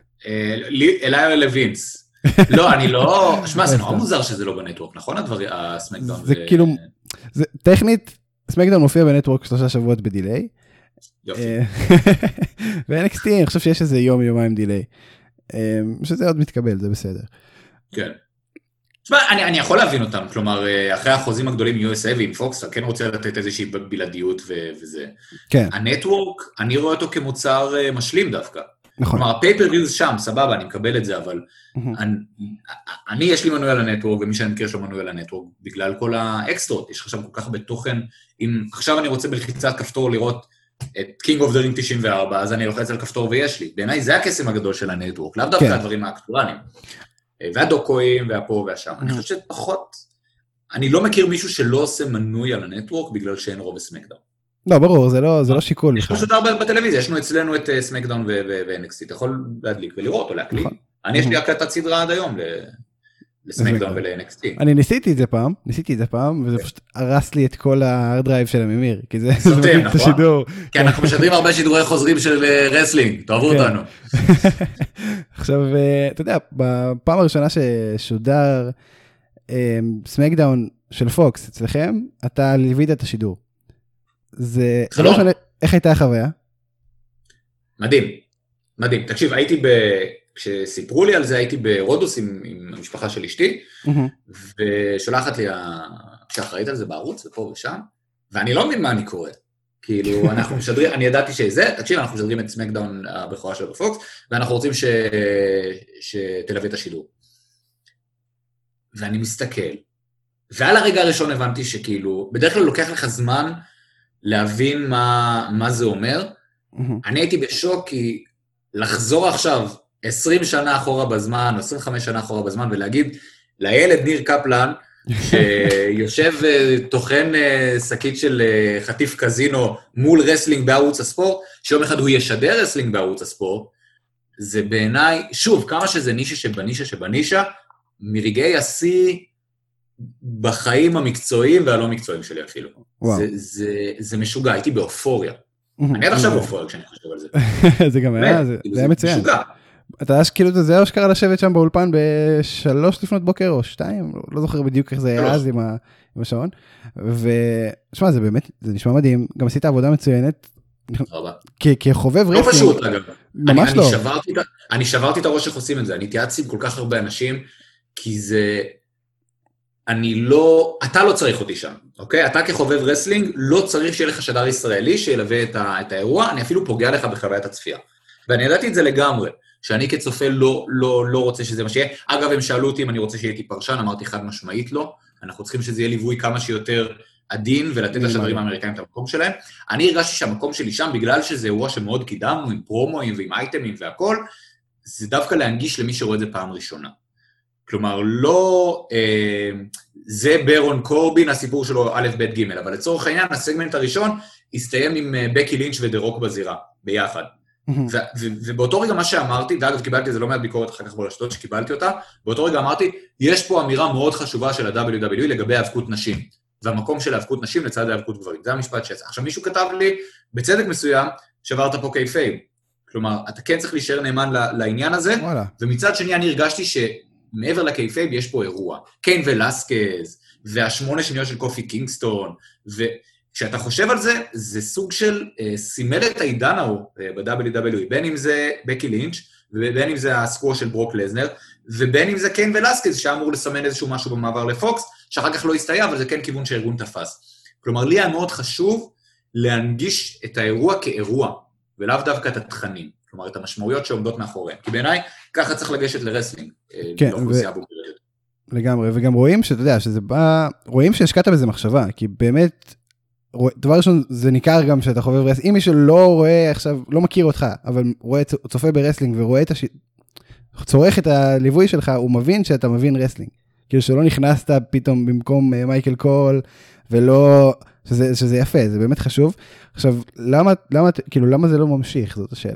אליי לוינס. לא, אני לא... שמע, זה נורא מוזר שזה לא בנטוורק, נכון הדברים, הסמקדאון? זה כאילו, טכנית, סמקדאון מופיע בנטוורק שלושה שבועות בדיליי. יופי. ו-אן אקס טי, אני חושב שיש איזה יום, יומיים דיליי. שזה עוד מתקבל, זה בסדר. כן. תשמע, אני, אני יכול להבין אותם, כלומר, אחרי החוזים הגדולים יו אס איי ועם פוקס, אתה כן רוצה לתת איזושהי בלעדיות ו- וזה. כן. הנטוורק, אני רואה אותו כמוצר משלים דווקא. נכון. כלומר, הפייפריוז שם, סבבה, אני מקבל את זה, אבל אני, אני יש לי מנוי על הנטוורק, ומי שאני מכיר יש לו מנוי על הנטוורק, בגלל כל האקסטרות, יש לך שם כל כך בתוכן, אם עכשיו אני רוצה בלחיצת כפתור לראות את King of the Ring תשעים וארבע, אז אני לוחץ על כפתור ויש לי. בעיניי זה הקסם הגדול של הנטוורק, לאו דווקא הדברים האקטואליים. והדוקואים, והפה והשם. אני חושב שפחות, אני לא מכיר מישהו שלא עושה מנוי על הנטוורק, בגלל שאין רוב בסמקדאון. לא, ברור, זה לא שיקול. יש פשוט הרבה בטלוויזיה, יש לנו אצלנו את סמקדאון ו-אן אקס טי, אתה יכול להדליק ולראות או להקליט. אני יש לי הקלטת סדרה עד היום לסמקדאון ול-אן אקס טי. אני ניסיתי את זה פעם, ניסיתי את זה פעם, וזה פשוט הרס לי את כל ההארד דרייב של הממיר, כי זה סוטם, נכון? כן, אנחנו משדרים הרבה שידורי חוזרים של רסלינג, תאהבו אותנו. עכשיו, אתה יודע, בפעם הראשונה ששודר סמקדאון של פוקס אצלכם, אתה ליווית את השידור. זה לא משנה, איך הייתה החוויה? מדהים, מדהים. תקשיב, הייתי ב... כשסיפרו לי על זה, הייתי ברודוס עם, עם המשפחה של אשתי, ושולחת לי שאחראית על זה בערוץ, ופה ושם, ואני לא מבין מה אני קורא. כאילו, אנחנו משדרים, אני ידעתי שזה, תקשיב, אנחנו משדרים את סמקדאון הבכורה של הפוקס, ואנחנו רוצים ש... שתלווה את השידור. ואני מסתכל, ועל הרגע הראשון הבנתי שכאילו, בדרך כלל לוקח לך זמן להבין מה, מה זה אומר. אני הייתי בשוק, כי לחזור עכשיו עשרים שנה אחורה בזמן, עשרים וחמש שנה אחורה בזמן, ולהגיד לילד ניר קפלן, שיושב תוכן שקית של חטיף קזינו מול רסלינג בערוץ הספורט, שיום אחד הוא ישדר רסלינג בערוץ הספורט, זה בעיניי, שוב, כמה שזה נישה שבנישה שבנישה, מרגעי השיא בחיים המקצועיים והלא מקצועיים שלי אפילו. זה, זה, זה משוגע, הייתי באופוריה. אני עד עכשיו באופוריה כשאני חושב על זה. זה גם היה, זה היה מצוין. משוגע. אתה יודע שכאילו זה היה שקרה לשבת שם באולפן בשלוש לפנות בוקר או שתיים, לא זוכר בדיוק איך זה היה אז עם השעון, ושמע, זה באמת, זה נשמע מדהים, גם עשית עבודה מצוינת, כחובב רסלינג. לא פשוט, אגב. ממש לא. אני שברתי את הראש איך עושים את זה, אני התייעצתי עם כל כך הרבה אנשים, כי זה, אני לא, אתה לא צריך אותי שם, אוקיי? אתה כחובב רסלינג, לא צריך שיהיה לך שדר ישראלי שילווה את האירוע, אני אפילו פוגע לך בחוויית הצפייה. ואני ידעתי את זה לגמרי. שאני כצופה לא, לא, לא רוצה שזה מה שיהיה. אגב, הם שאלו אותי אם אני רוצה שיהיה איתי פרשן, אמרתי חד משמעית לא. אנחנו צריכים שזה יהיה ליווי כמה שיותר עדין ולתת לשדרים האמריקאים את המקום שלהם. אני הרגשתי שהמקום שלי שם, בגלל שזה אירוע שמאוד קידמנו, עם פרומואים ועם אייטמים והכל, זה דווקא להנגיש למי שרואה את זה פעם ראשונה. כלומר, לא, אה, זה ברון קורבין, הסיפור שלו א' ב' ג', אבל לצורך העניין, הסגמנט הראשון הסתיים עם בקי לינץ' ודרוק בזירה, ביחד. ו- ו- ובאותו רגע מה שאמרתי, ואגב קיבלתי את זה לא מעט ביקורת אחר כך ברשתות שקיבלתי אותה, באותו רגע אמרתי, יש פה אמירה מאוד חשובה של ה-דאבליו דאבליו אי לגבי האבקות נשים, והמקום של האבקות נשים לצד האבקות גברים, זה המשפט שיצא. עכשיו מישהו כתב לי, בצדק מסוים, שברת פה קייפייב, כלומר, אתה כן צריך להישאר נאמן לעניין הזה, וואלה. ומצד שני אני הרגשתי שמעבר לקייפייב יש פה אירוע, קיין ולסקז, והשמונה שניות של קופי קינגסטון, ו... כשאתה חושב על זה, זה סוג של אה, סימל את העידן ההוא אה, ב-דאבליו דאבליו אי, בין אם זה בקי לינץ', ובין אם זה הסקור של ברוק לזנר, ובין אם זה קיין ולסקז, שאמור לסמן איזשהו משהו במעבר לפוקס, שאחר כך לא יסתייע, אבל זה כן כיוון שהארגון תפס. כלומר, לי היה מאוד חשוב להנגיש את האירוע כאירוע, ולאו דווקא את התכנים, כלומר, את המשמעויות שעומדות מאחוריהם. כי בעיניי, ככה צריך לגשת לרסלינג, כן, לאוכלוסייה ו... בוגרת. לגמרי, וגם רואים שאתה יודע, שזה בא, רואים שהשקעת בזה מחשבה, כי באמת, דבר ראשון, זה ניכר גם שאתה חובב רסלינג, אם מישהו לא רואה עכשיו, לא מכיר אותך, אבל רואה, צופה ברסלינג ורואה את הש... צורך את הליווי שלך, הוא מבין שאתה מבין רסלינג. כאילו שלא נכנסת פתאום במקום מייקל קול, ולא, שזה, שזה יפה, זה באמת חשוב. עכשיו, למה, למה, כאילו, למה זה לא ממשיך? זאת השאלה.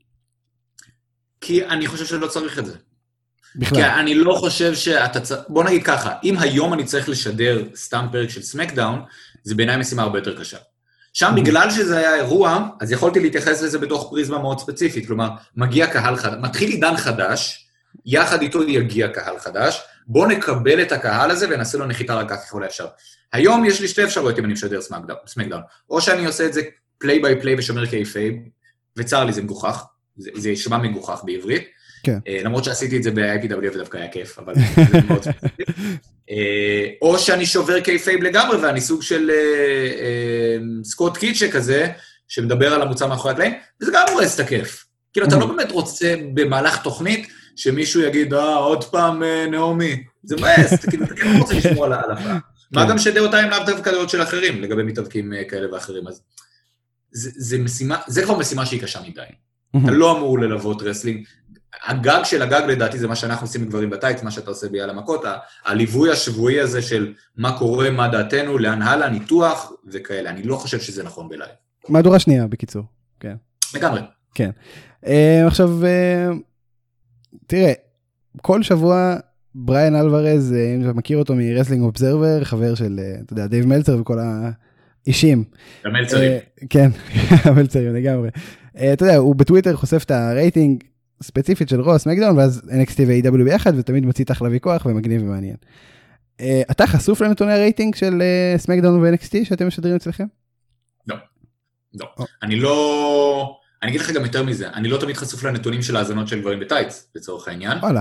כי אני חושב שלא צריך את זה. בכלל. כי אני לא חושב שאתה צריך, בוא נגיד ככה, אם היום אני צריך לשדר סתם פרק של סמקדאון, זה בעיניי משימה הרבה יותר קשה. שם בגלל שזה היה אירוע, אז יכולתי להתייחס לזה בתוך פריזמה מאוד ספציפית, כלומר, מגיע קהל חדש, מתחיל עידן חדש, יחד איתו יגיע קהל חדש, בוא נקבל את הקהל הזה ונעשה לו נחיתה רק ככל האפשר. היום יש לי שתי אפשרויות אם אני משדר סמקדאון, או שאני עושה את זה פליי ביי פליי ושומר קייפייב, וצר לי זה מגוחך, זה, זה ישמע מגוחך בעברית, כן. למרות שעשיתי את זה ב-איי פי דאבליו ודווקא היה כיף, אבל זה מאוד ספציפי. או שאני שובר קייפייב לגמרי, ואני סוג של סקוט קיטשה כזה, שמדבר על המוצא מאחורי הקלעים, וזה גם הורס את הכיף. כאילו, אתה לא באמת רוצה במהלך תוכנית, שמישהו יגיד, אה, עוד פעם נעמי. זה מבאס, אתה כאילו, אתה כן רוצה לשמור על ההלפה. מה גם שדעותיים לאו דווקא דעות של אחרים, לגבי מתאבקים כאלה ואחרים, אז זה משימה, זה כבר משימה שהיא קשה מדי. אתה לא אמור ללוות רסלינג, הגג של הגג לדעתי זה מה שאנחנו עושים בגברים בטייץ, מה שאתה עושה ביאל המכות, הליווי השבועי הזה של מה קורה, מה דעתנו, לאן הלאה, ניתוח וכאלה. אני לא חושב שזה נכון בלייב. מהדורה שנייה בקיצור. כן. לגמרי. כן. עכשיו, תראה, כל שבוע בריין אלוורז, אם אתה מכיר אותו מרסלינג אובזרבר, חבר של, אתה יודע, דייב מלצר וכל האישים. המלצרים. כן, המלצרים לגמרי. אתה יודע, הוא בטוויטר חושף את הרייטינג, ספציפית של רו, סמקדאון, ואז אן אקס טי ו-איי דאבליו ביחד, ותמיד מוציא תחלה ויכוח ומגניב ומעניין. אתה חשוף לנתוני הרייטינג של סמקדאון ו-אן אקס טי שאתם משדרים אצלכם? לא. לא. אני לא... אני אגיד לך גם יותר מזה, אני לא תמיד חשוף לנתונים של האזנות של גברים בטייץ, לצורך העניין. וואלה.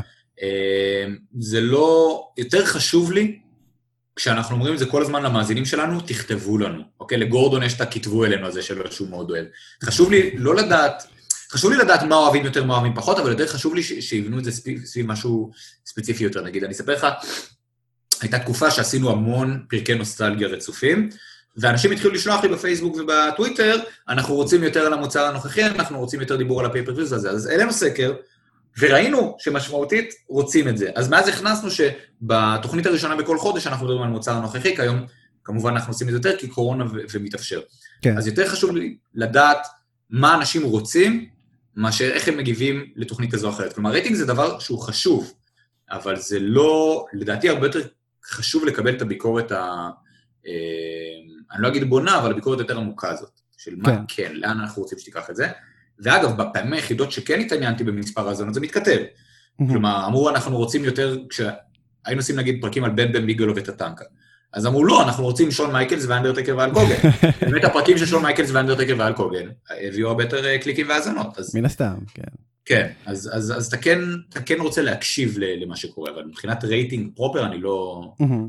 זה לא... יותר חשוב לי, כשאנחנו אומרים את זה כל הזמן למאזינים שלנו, תכתבו לנו. אוקיי? לגורדון יש את הכתבו אלינו הזה שלו שהוא מאוד אוהב. חשוב לי לא לדעת... חשוב לי לדעת מה אוהבים יותר, מה אוהבים פחות, אבל יותר חשוב לי שיבנו את זה סביב, סביב משהו ספציפי יותר. נגיד, אני אספר לך, הייתה תקופה שעשינו המון פרקי נוסטלגיה רצופים, ואנשים התחילו לשלוח לי בפייסבוק ובטוויטר, אנחנו רוצים יותר על המוצר הנוכחי, אנחנו רוצים יותר דיבור על הפייפרוויז הזה. אז אלינו סקר, וראינו שמשמעותית רוצים את זה. אז מאז הכנסנו שבתוכנית הראשונה בכל חודש אנחנו מדברים על מוצר הנוכחי, כי היום כמובן אנחנו עושים את זה יותר, כי קורונה ו- ומתאפשר. כן. אז יותר חשוב לי לדעת מה אנשים רוצים, מאשר איך הם מגיבים לתוכנית כזו או אחרת. כלומר, רייטינג זה דבר שהוא חשוב, אבל זה לא, לדעתי הרבה יותר חשוב לקבל את הביקורת ה... אני לא אגיד בונה, אבל הביקורת יותר עמוקה הזאת, של מה כן, לאן אנחנו רוצים שתיקח את זה. ואגב, בפעמים היחידות שכן התעניינתי במספר האזנות, זה מתכתב. כלומר, אמרו, אנחנו רוצים יותר, כשהיינו עושים נגיד פרקים על בן בן ביגלו וטטנקה. אז אמרו, לא, אנחנו רוצים שון מייקלס ואנדרטקר ואל קוגן. באמת הפרקים של שון מייקלס ואנדרטקר ואל קוגן, הביאו הרבה יותר קליקים והאזנות. מן הסתם, כן. כן, אז, אז, אז אתה כן, אתה כן רוצה להקשיב למה שקורה, אבל מבחינת רייטינג פרופר אני לא...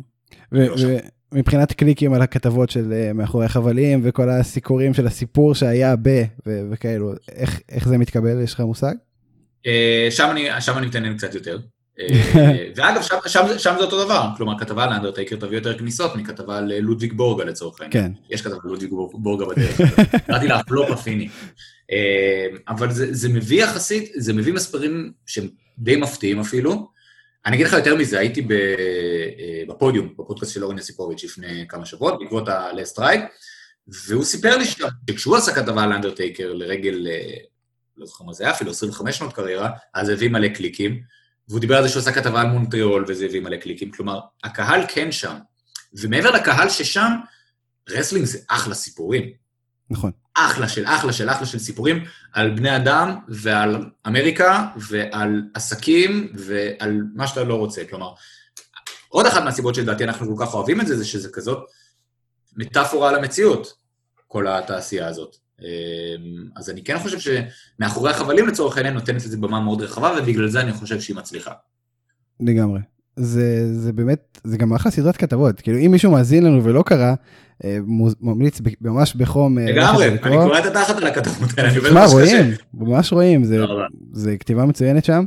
ומבחינת קליקים על הכתבות של מאחורי החבלים, וכל הסיקורים של הסיפור שהיה ב, וכאלו, איך זה מתקבל? יש לך מושג? שם אני, שם אני מתעניין קצת יותר. ואגב, שם, שם, שם זה אותו דבר, כלומר, כתבה על האנדרטייקר תביא יותר כניסות מכתבה על לודוויג בורגה לצורך העניין. כן. יש כתבה על לודוויג בורגה בדרך, קראתי לה פלופ הפיני. אבל זה, זה מביא יחסית, זה מביא מספרים שהם די מפתיעים אפילו. אני אגיד לך יותר מזה, הייתי בפודיום, בפודקאסט של אורן יסיפוביץ' לפני כמה שבועות, בעקבות ה-Last Ride, והוא סיפר לי שכשהוא עשה כתבה על האנדרטייקר לרגל, לא זוכר מה זה היה, אפילו עשרים וחמש שנות קריירה, אז הביא מלא קליקים, והוא דיבר על זה שהוא עשה כתבה על מונטריאול, וזה הביא מלא קליקים, כלומר, הקהל כן שם, ומעבר לקהל ששם, רסלינג זה אחלה סיפורים. נכון. אחלה של אחלה של אחלה של סיפורים, על בני אדם, ועל אמריקה, ועל עסקים, ועל מה שאתה לא רוצה, כלומר, עוד אחת מהסיבות שלדעתי אנחנו כל כך אוהבים את זה, זה שזה כזאת מטאפורה על המציאות, כל התעשייה הזאת. אז אני כן חושב שמאחורי החבלים לצורך העניין נותנת את זה במה מאוד רחבה, ובגלל זה אני חושב שהיא מצליחה. לגמרי. זה, זה באמת, זה גם אחלה סדרת כתבות, כאילו אם מישהו מאזין לנו ולא קרא, ממליץ ממש בחום. לגמרי, אני קורא את התחת על הכתבות האלה. תשמע, רואים, ממש רואים, זה, זה כתיבה מצוינת שם.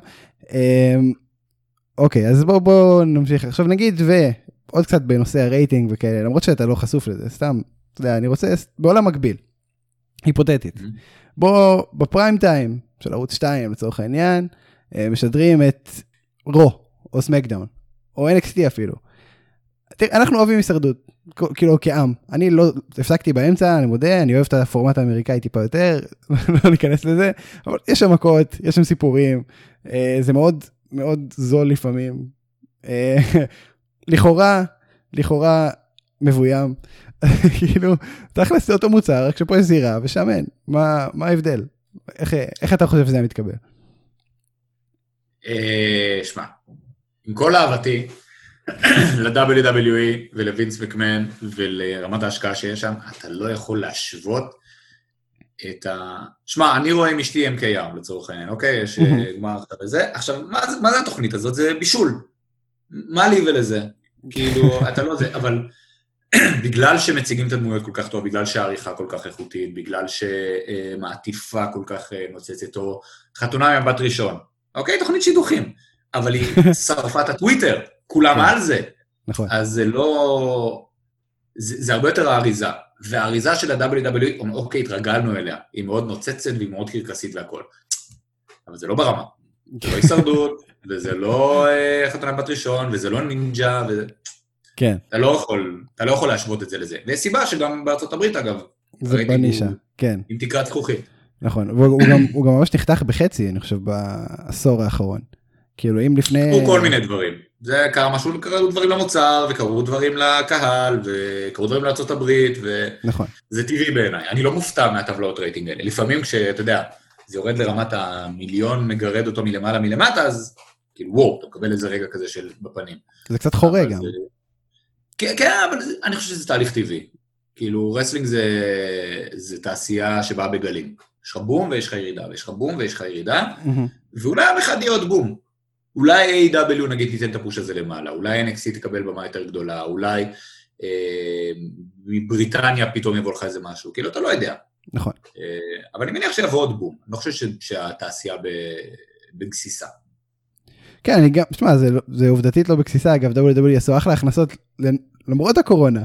אוקיי, אז בואו בוא נמשיך. עכשיו נגיד, ועוד קצת בנושא הרייטינג וכאלה, למרות שאתה לא חשוף לזה, סתם, אתה יודע, אני רוצה, בעולם מקביל. היפותטית. בוא, בפריים טיים של ערוץ שתיים, לצורך העניין, משדרים את רו, או סמקדאון, או אן אקס טי אפילו. אנחנו אוהבים הישרדות, כאילו כעם. אני לא, הפסקתי באמצע, אני מודה, אני אוהב את הפורמט האמריקאי טיפה יותר, לא ניכנס לזה, אבל יש שם מכות, יש שם סיפורים, זה מאוד, מאוד זול לפעמים. לכאורה, לכאורה מבוים. כאילו, תכלס אותו מוצר, רק שפה יש זירה, ושם אין. מה, מה ההבדל? איך, איך אתה חושב שזה מתקבל? שמע, עם כל אהבתי, ל-דאבליו דאבליו אי ולווינס מקמן ולרמת ההשקעה שיש שם, אתה לא יכול להשוות את ה... שמע, אני רואה עם אשתי אם קיי אר לצורך העניין, אוקיי? יש גמר וזה. עכשיו, מה, מה זה התוכנית הזאת? זה בישול. מה לי ולזה? כאילו, אתה לא זה, אבל... בגלל שמציגים את הדמויות כל כך טוב, בגלל שהעריכה כל כך איכותית, בגלל שמעטיפה כל כך נוצצת, או חתונה ממבט ראשון. אוקיי, תוכנית שידוכים, אבל היא שרפת הטוויטר, כולם על זה. נכון. אז זה לא... זה, זה הרבה יותר האריזה. והאריזה של ה-דאבליו דאבליו אי, אוקיי, התרגלנו אליה, היא מאוד נוצצת והיא מאוד קרקסית והכל. אבל זה לא ברמה. זה לא הישרדות, וזה לא חתונה ממבט ראשון, וזה לא נינג'ה, וזה... כן. אתה לא יכול, אתה לא יכול להשוות את זה לזה. ויש סיבה שגם בארצות הברית, אגב, זה בנישה, כן. עם תקרת זכוכית. נכון, והוא גם, הוא גם ממש נחתך בחצי, אני חושב, בעשור האחרון. כאילו, אם לפני... קרו כל מיני דברים. זה קרה משהו, קרו דברים למוצר, וקרו דברים לקהל, וקרו דברים לארצות הברית, ו... נכון. זה טבעי בעיניי. אני לא מופתע מהטבלאות רייטינג האלה. לפעמים כשאתה יודע, זה יורד לרמת המיליון, מגרד אותו מלמעלה מלמטה, אז כאילו, וואו, אתה מקבל איזה רגע כזה של בפנים. זה קצת חורה גם. כן, כן, אבל אני חושב שזה תהליך טבעי. כאילו, רסלינג זה, זה תעשייה שבאה בגלים. יש לך בום ויש לך ירידה, ויש לך בום ויש לך ירידה, ואולי יום אחד יהיה עוד בום. אולי איי דאבליו נגיד תיתן את הפוש הזה למעלה, אולי אן אקס טי תקבל במה יותר גדולה, אולי אה, מבריטניה פתאום יבוא לך איזה משהו, כאילו אתה לא יודע. נכון. אה, אבל אני מניח שיבוא עוד בום, אני לא חושב ש, שהתעשייה בגסיסה. כן, אני גם, תשמע, זה, זה עובדתית לא בקסיסה, אגב, דאבליו דאבליו אי עשו אחלה הכנסות למרות הקורונה,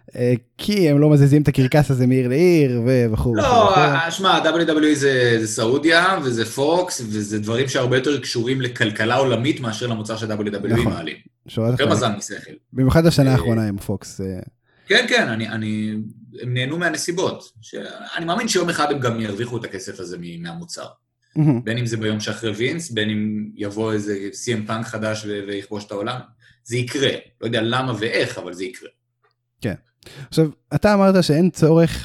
כי הם לא מזיזים את הקרקס הזה מעיר לעיר וכו'. לא, שמע, דאבליו דאבליו אי זה, זה סעודיה, וזה פוקס, וזה דברים שהרבה יותר קשורים לכלכלה עולמית מאשר למוצר של דאבליו דאבליו אי מעלים. יותר מזל משכל. במיוחד השנה האחרונה עם פוקס. כן, כן, אני, אני, הם נהנו מהנסיבות. אני מאמין שיום אחד הם גם ירוויחו את הכסף הזה מהמוצר. בין אם זה ביום שאחרי וינס, בין אם יבוא איזה סי אם פאנק חדש ויכבוש את העולם. זה יקרה. לא יודע למה ואיך, אבל זה יקרה. כן. עכשיו, אתה אמרת שאין צורך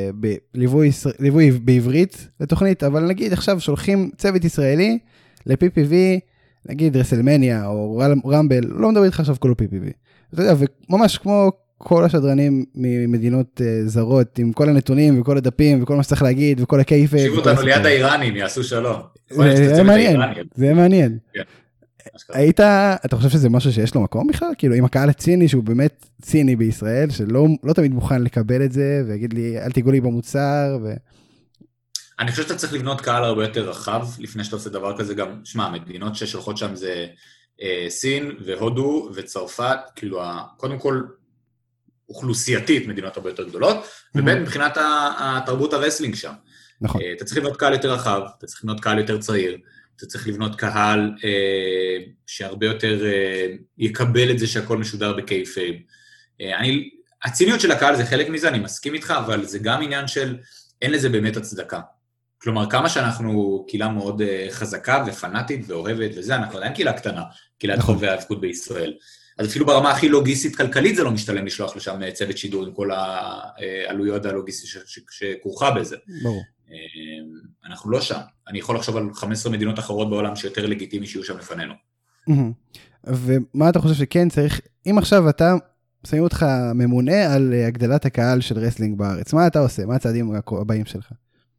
בליווי בעברית לתוכנית, אבל נגיד עכשיו שולחים צוות ישראלי ל-פי פי וי, נגיד רסלמניה או רמבל, לא מדבר איתך עכשיו כל ה-פי פי וי. אתה יודע, וממש כמו כל השדרנים ממדינות זרות, עם כל הנתונים וכל הדפים וכל מה שצריך להגיד וכל הקייפה. שיבו אותנו ליד האיראנים, יעשו שלום. זה יהיה מעניין, זה יהיה מעניין. היית, אתה חושב שזה משהו שיש לו מקום בכלל? כאילו, עם הקהל הציני, שהוא באמת ציני בישראל, שלא לא תמיד מוכן לקבל את זה, ויגיד לי, אל תיגעו לי במוצר, ו... אני חושב שאתה צריך לבנות קהל הרבה יותר רחב, לפני שאתה עושה דבר כזה גם, שמע, מדינות ששולחות שם זה סין והודו וצרפת, כאילו, קודם כל, אוכלוסייתית, מדינות הרבה יותר גדולות, ובין מבחינת התרבות הרסלינג שם. נכון. אתה צריך לבנות קהל יותר רחב, אתה צריך לבנות קהל יותר צעיר, אתה צריך לבנות קהל שהרבה יותר יקבל את זה שהכל משודר בקייפייב. אני, הציניות של הקהל זה חלק מזה, אני מסכים איתך, אבל זה גם עניין של, אין לזה באמת הצדקה. כלומר, כמה שאנחנו קהילה מאוד חזקה ופנאטית ואוהבת וזה, אנחנו עדיין קהילה קטנה, קהילת חול והאבקות בישראל. אז אפילו ברמה הכי לוגיסטית כלכלית זה לא משתלם לשלוח לשם צוות שידור עם כל העלויות הלוגיסטיות שכרוכה בזה. ברור. אנחנו לא שם. אני יכול לחשוב על חמש עשרה מדינות אחרות בעולם שיותר לגיטימי שיהיו שם לפנינו. ומה אתה חושב שכן צריך, אם עכשיו אתה שמים אותך ממונה על הגדלת הקהל של רסלינג בארץ, מה אתה עושה? מה הצעדים הבאים שלך?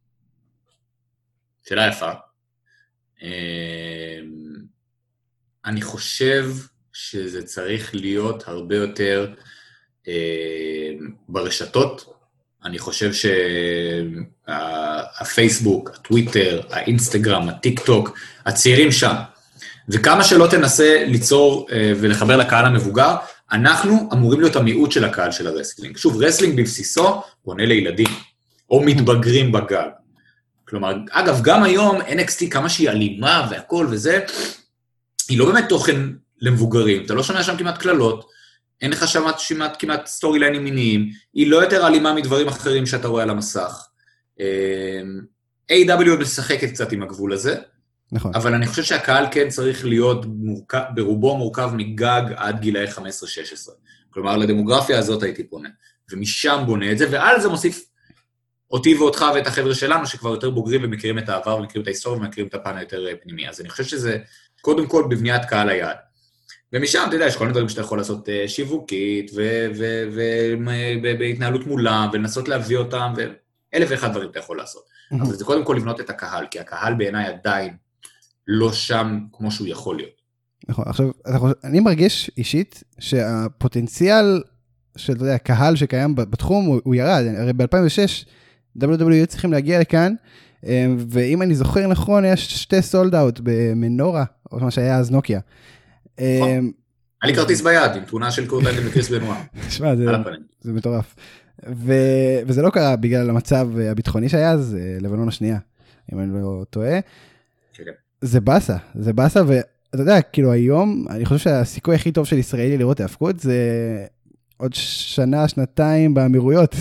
שאלה יפה. אני חושב שזה צריך להיות הרבה יותר ברשתות. אני חושב שהפייסבוק, הטוויטר, האינסטגרם, הטיק טוק, הצעירים שם. וכמה שלא תנסה ליצור ולחבר לקהל המבוגר, אנחנו אמורים להיות המיעוט של הקהל של הרסלינג. שוב, רסלינג בבסיסו פונה לילדים, או מתבגרים בגל. כלומר, אגב, גם היום אן אקס טי, כמה שהיא אלימה והכל וזה, היא לא באמת תוכן למבוגרים, אתה לא שומע שם כמעט כללות, אין לך שם כמעט, כמעט סטורי ליינים מיניים, היא לא יותר אלימה מדברים אחרים שאתה רואה על המסך. איי דאבליו משחקת קצת עם הגבול הזה, נכון. אבל אני חושב שהקהל כן צריך להיות מורכב, ברובו מורכב מגג עד גילאי חמש עשרה שש עשרה. כלומר, לדמוגרפיה הזאת הייתי פונה, ומשם בונה את זה, ועל זה מוסיף אותי ואותך ואת החבר'ה שלנו, שכבר יותר בוגרים ומכירים את העבר, ומכירים את ההיסטוריה, ומכירים את הפן היותר פנימי. אז אני חושב שזה קודם כל בבניית קהל היעד. ומשם, אתה יודע, יש כל מיני דברים שאתה יכול לעשות שיווקית, ובהתנהלות מולם, ולנסות להביא אותם, ואלף ואחד דברים אתה יכול לעשות. אז זה קודם כל לבנות את הקהל, כי הקהל בעיניי עדיין לא שם כמו שהוא יכול להיות. נכון, עכשיו, אני מרגיש אישית שהפוטנציאל של, אתה יודע, הקהל שקיים בתחום הוא ירד, הרי ב-אלפיים ושש דאבליו דאבליו אי צריכים להגיע לכאן, ואם אני זוכר נכון, יש שתי סולד אאוט במנורה, או מה שהיה אז נוקיה. היה לי כרטיס ביד, עם תמונה של קורט אנגל וקריס בנועה. תשמע, זה מטורף. וזה לא קרה בגלל המצב הביטחוני שהיה, זה לבנון השנייה, אם אני לא טועה. זה בסה, זה בסה, ואתה יודע, כאילו היום, אני חושב שהסיכוי הכי טוב של ישראלי לראות האבקות, זה עוד שנה, שנתיים באמירויות.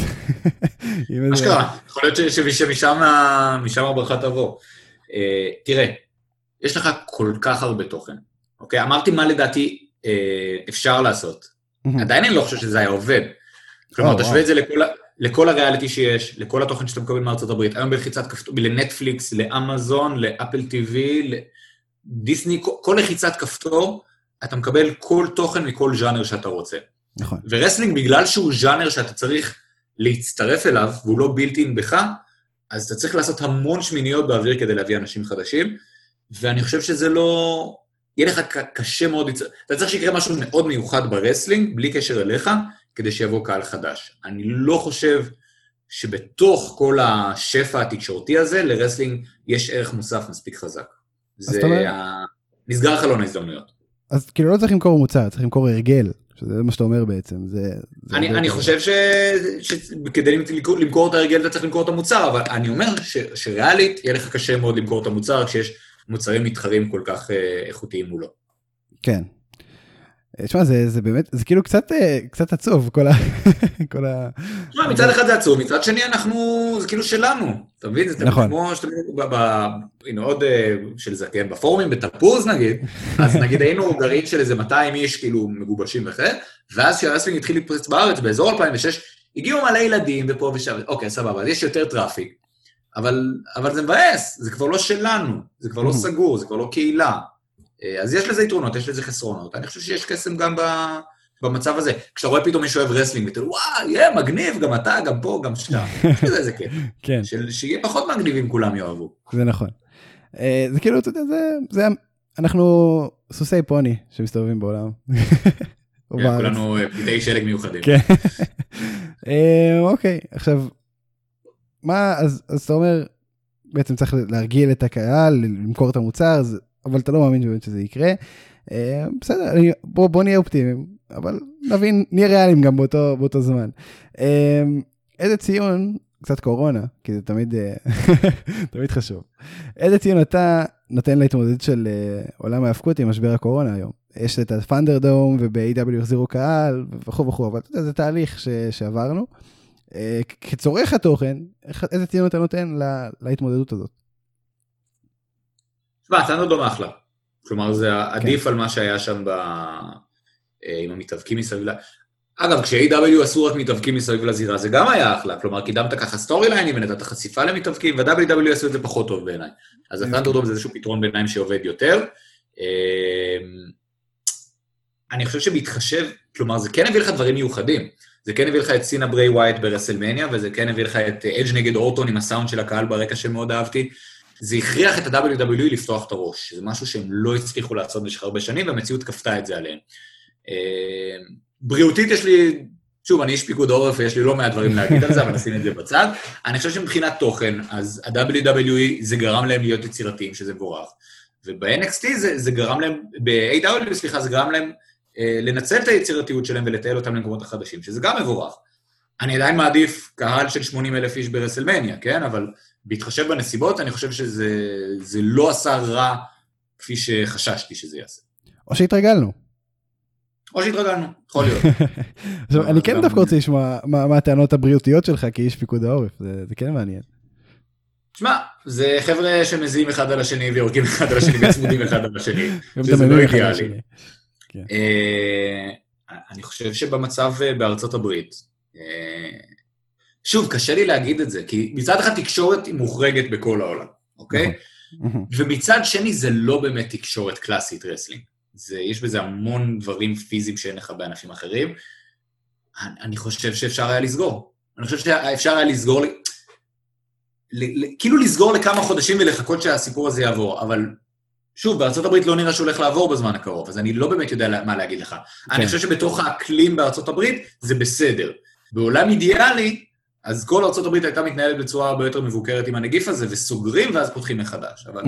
אשכרה, יכול להיות שמשם הברכה תבוא. תראה, יש לך כל כך הרבה תוכן, אוקיי? אמרתי מה לדעתי אפשר לעשות. עדיין אני לא חושב שזה היה עובד. כלומר, תשווה את זה לכל הריאליטי שיש, לכל התוכן שאתה מקבל מארצות הברית, היום בלחיצת כפתור, לנטפליקס, לאמזון, לאפל טיווי, לדיסני, כל לחיצת כפתור, אתה מקבל כל תוכן מכל ז'אנר שאתה רוצה. נכון. ורסלינג, בגלל שהוא ז'אנר שאתה צריך להצטרף אליו, והוא לא בילט-אין בך, אז אתה צריך לעשות המון שמיניות באוויר כדי להביא אנשים חדשים, ואני חושב שזה לא... יהיה לך קשה מאוד... אתה צריך שיקרה משהו מאוד מיוחד ברסלינג, בלי קשר אליך, כדי שיבוא קהל חדש. אני לא חושב שבתוך כל השפע התקשורתי הזה, לרסלינג יש ערך מוסף מספיק חזק. זה ה... נסגר חלון ההזדמנויות. אז כאילו לא צריך למכור מוצר, צריך למכור הרגל, שזה מה שאתה אומר בעצם. זה, זה אני, אני חושב ש... שכדי למכור את הרגל אתה צריך למכור את המוצר, אבל אני אומר ש... שריאלית יהיה לך קשה מאוד למכור את המוצר, כשיש מוצרים מתחרים כל כך איכותיים מולו. כן. תשמע, זה, זה באמת, זה כאילו קצת, קצת עצוב, כל ה... כל ה... תשמע, מצד אחד זה עצוב, מצד שני אנחנו, זה כאילו שלנו, אתה מבין? זה נכון. כמו שאתה מבין, הנה עוד של זה, כן, בפורומים, בתפוז נגיד, אז נגיד היינו גרעין של איזה מאתיים איש, כאילו מגובשים וכן, ואז שהרסלינג התחיל להתפוצץ בארץ, באזור אלפיים ושש, הגיעו מלא ילדים ופה ושם, אוקיי, סבבה, אז יש יותר טראפיק, אבל, אבל זה מבאס, זה כבר לא שלנו, זה כבר לא סגור, זה כבר לא קהילה. אז יש לזה יתרונות, יש לזה חסרונות. אני חושב שיש קסם גם במצב הזה. כשאתה רואה פתאום מישהו אוהב רסלינג, ואתה אומר, וואי, יהיה מגניב, גם אתה, גם פה, גם שם. יש לזה איזה כיף. כן. שיהיה פחות מגניב אם כולם יאהבו. זה נכון. זה כאילו, אתה יודע, זה, אנחנו סוסי פוני שמסתובבים בעולם. כולנו פתאי שלג מיוחדים. כן. אוקיי, עכשיו, מה, אז אתה אומר, בעצם צריך להרגיל את הקהל, למכור את המוצר, אז אבל אתה לא מאמין באמת שזה יקרה. בסדר, בוא נהיה אופטימיים, אבל נבין, נהיה ריאליים גם באותו זמן. איזה ציון, קצת קורונה, כי זה תמיד תמיד חשוב. איזה ציון אתה נותן להתמודדות של עולם ההאבקות עם משבר הקורונה היום? יש את הפנדרדום וב-איי דאבליו החזירו קהל וכו' וכו', אבל זה תהליך שעברנו. כצורך התוכן, איזה ציון אתה נותן להתמודדות הזאת? תשמע, הפנדרדום אחלה. כלומר, זה עדיף על מה שהיה שם עם המתאבקים מסביב. אגב, כש-איי דאבליו עשו רק מתאבקים מסביב לזירה, זה גם היה אחלה. כלומר, קידמת ככה סטורי ליינים ונתת חשיפה למתאבקים, ו-דאבליו דאבליו עשו את זה פחות טוב בעיניי. אז הפנדרדום זה איזשהו פתרון ביניים שעובד יותר. אני חושב שבהתחשב, כלומר, זה כן הביא לך דברים מיוחדים. זה כן הביא לך את סינה בריי ווייט ברסלמניה, וזה כן הביא לך את אדג' נגד אורטון עם הסאונד של הקהל ברקע שמאוד אהבתי. זה הכריח את ה-דאבליו דאבליו אי לפתוח את הראש. זה משהו שהם לא הצליחו לעשות במשך הרבה שנים, והמציאות כפתה את זה עליהם. בריאותית יש לי, שוב, אני איש פיקוד עורף, ויש לי לא מעט דברים להגיד על זה, אבל נשים את זה בצד. אני חושב שמבחינת תוכן, אז ה-דאבליו דאבליו אי זה גרם להם להיות יצירתיים, שזה מבורך. וב-אן אקס טי זה, זה גרם להם, ב-איי דאבליו, סליחה, זה גרם להם אה, לנצל את היצירתיות שלהם ולטייל אותם למקומות החדשים, שזה גם מבורך. אני עדיין מעדיף קהל של שמונים אלף איש ברסלמניה, כן? אבל בהתחשב בנסיבות, אני חושב שזה זה לא עשה רע כפי שחששתי שזה יעשה. או שהתרגלנו. או שהתרגלנו, יכול להיות. עכשיו, אני כן דווקא רוצה לשמוע מה הטענות הבריאותיות שלך כאיש פיקוד העורף, זה כן מעניין. תשמע, זה חבר'ה שמזיעים אחד על השני ויורקים אחד על השני וצמודים אחד על השני, שזה לא אידיאלי. אני חושב שבמצב בארצות הברית, שוב, קשה לי להגיד את זה, כי מצד אחד תקשורת היא מוחרגת בכל העולם, אוקיי? ומצד שני זה לא באמת תקשורת קלאסית רסלינג. יש בזה המון דברים פיזיים שאין לך בענפים אחרים. אני חושב שאפשר היה לסגור. אני חושב שאפשר היה לסגור, כאילו לסגור לכמה חודשים ולחכות שהסיפור הזה יעבור, אבל שוב, בארצות הברית לא נראה שהולך לעבור בזמן הקרוב, אז אני לא באמת יודע מה להגיד לך. אני חושב שבתוך האקלים בארצות הברית זה בסדר. בעולם אידיאלי, אז כל ארצות הברית הייתה מתנהלת בצורה הרבה יותר מבוקרת עם הנגיף הזה, וסוגרים ואז פותחים מחדש. אבל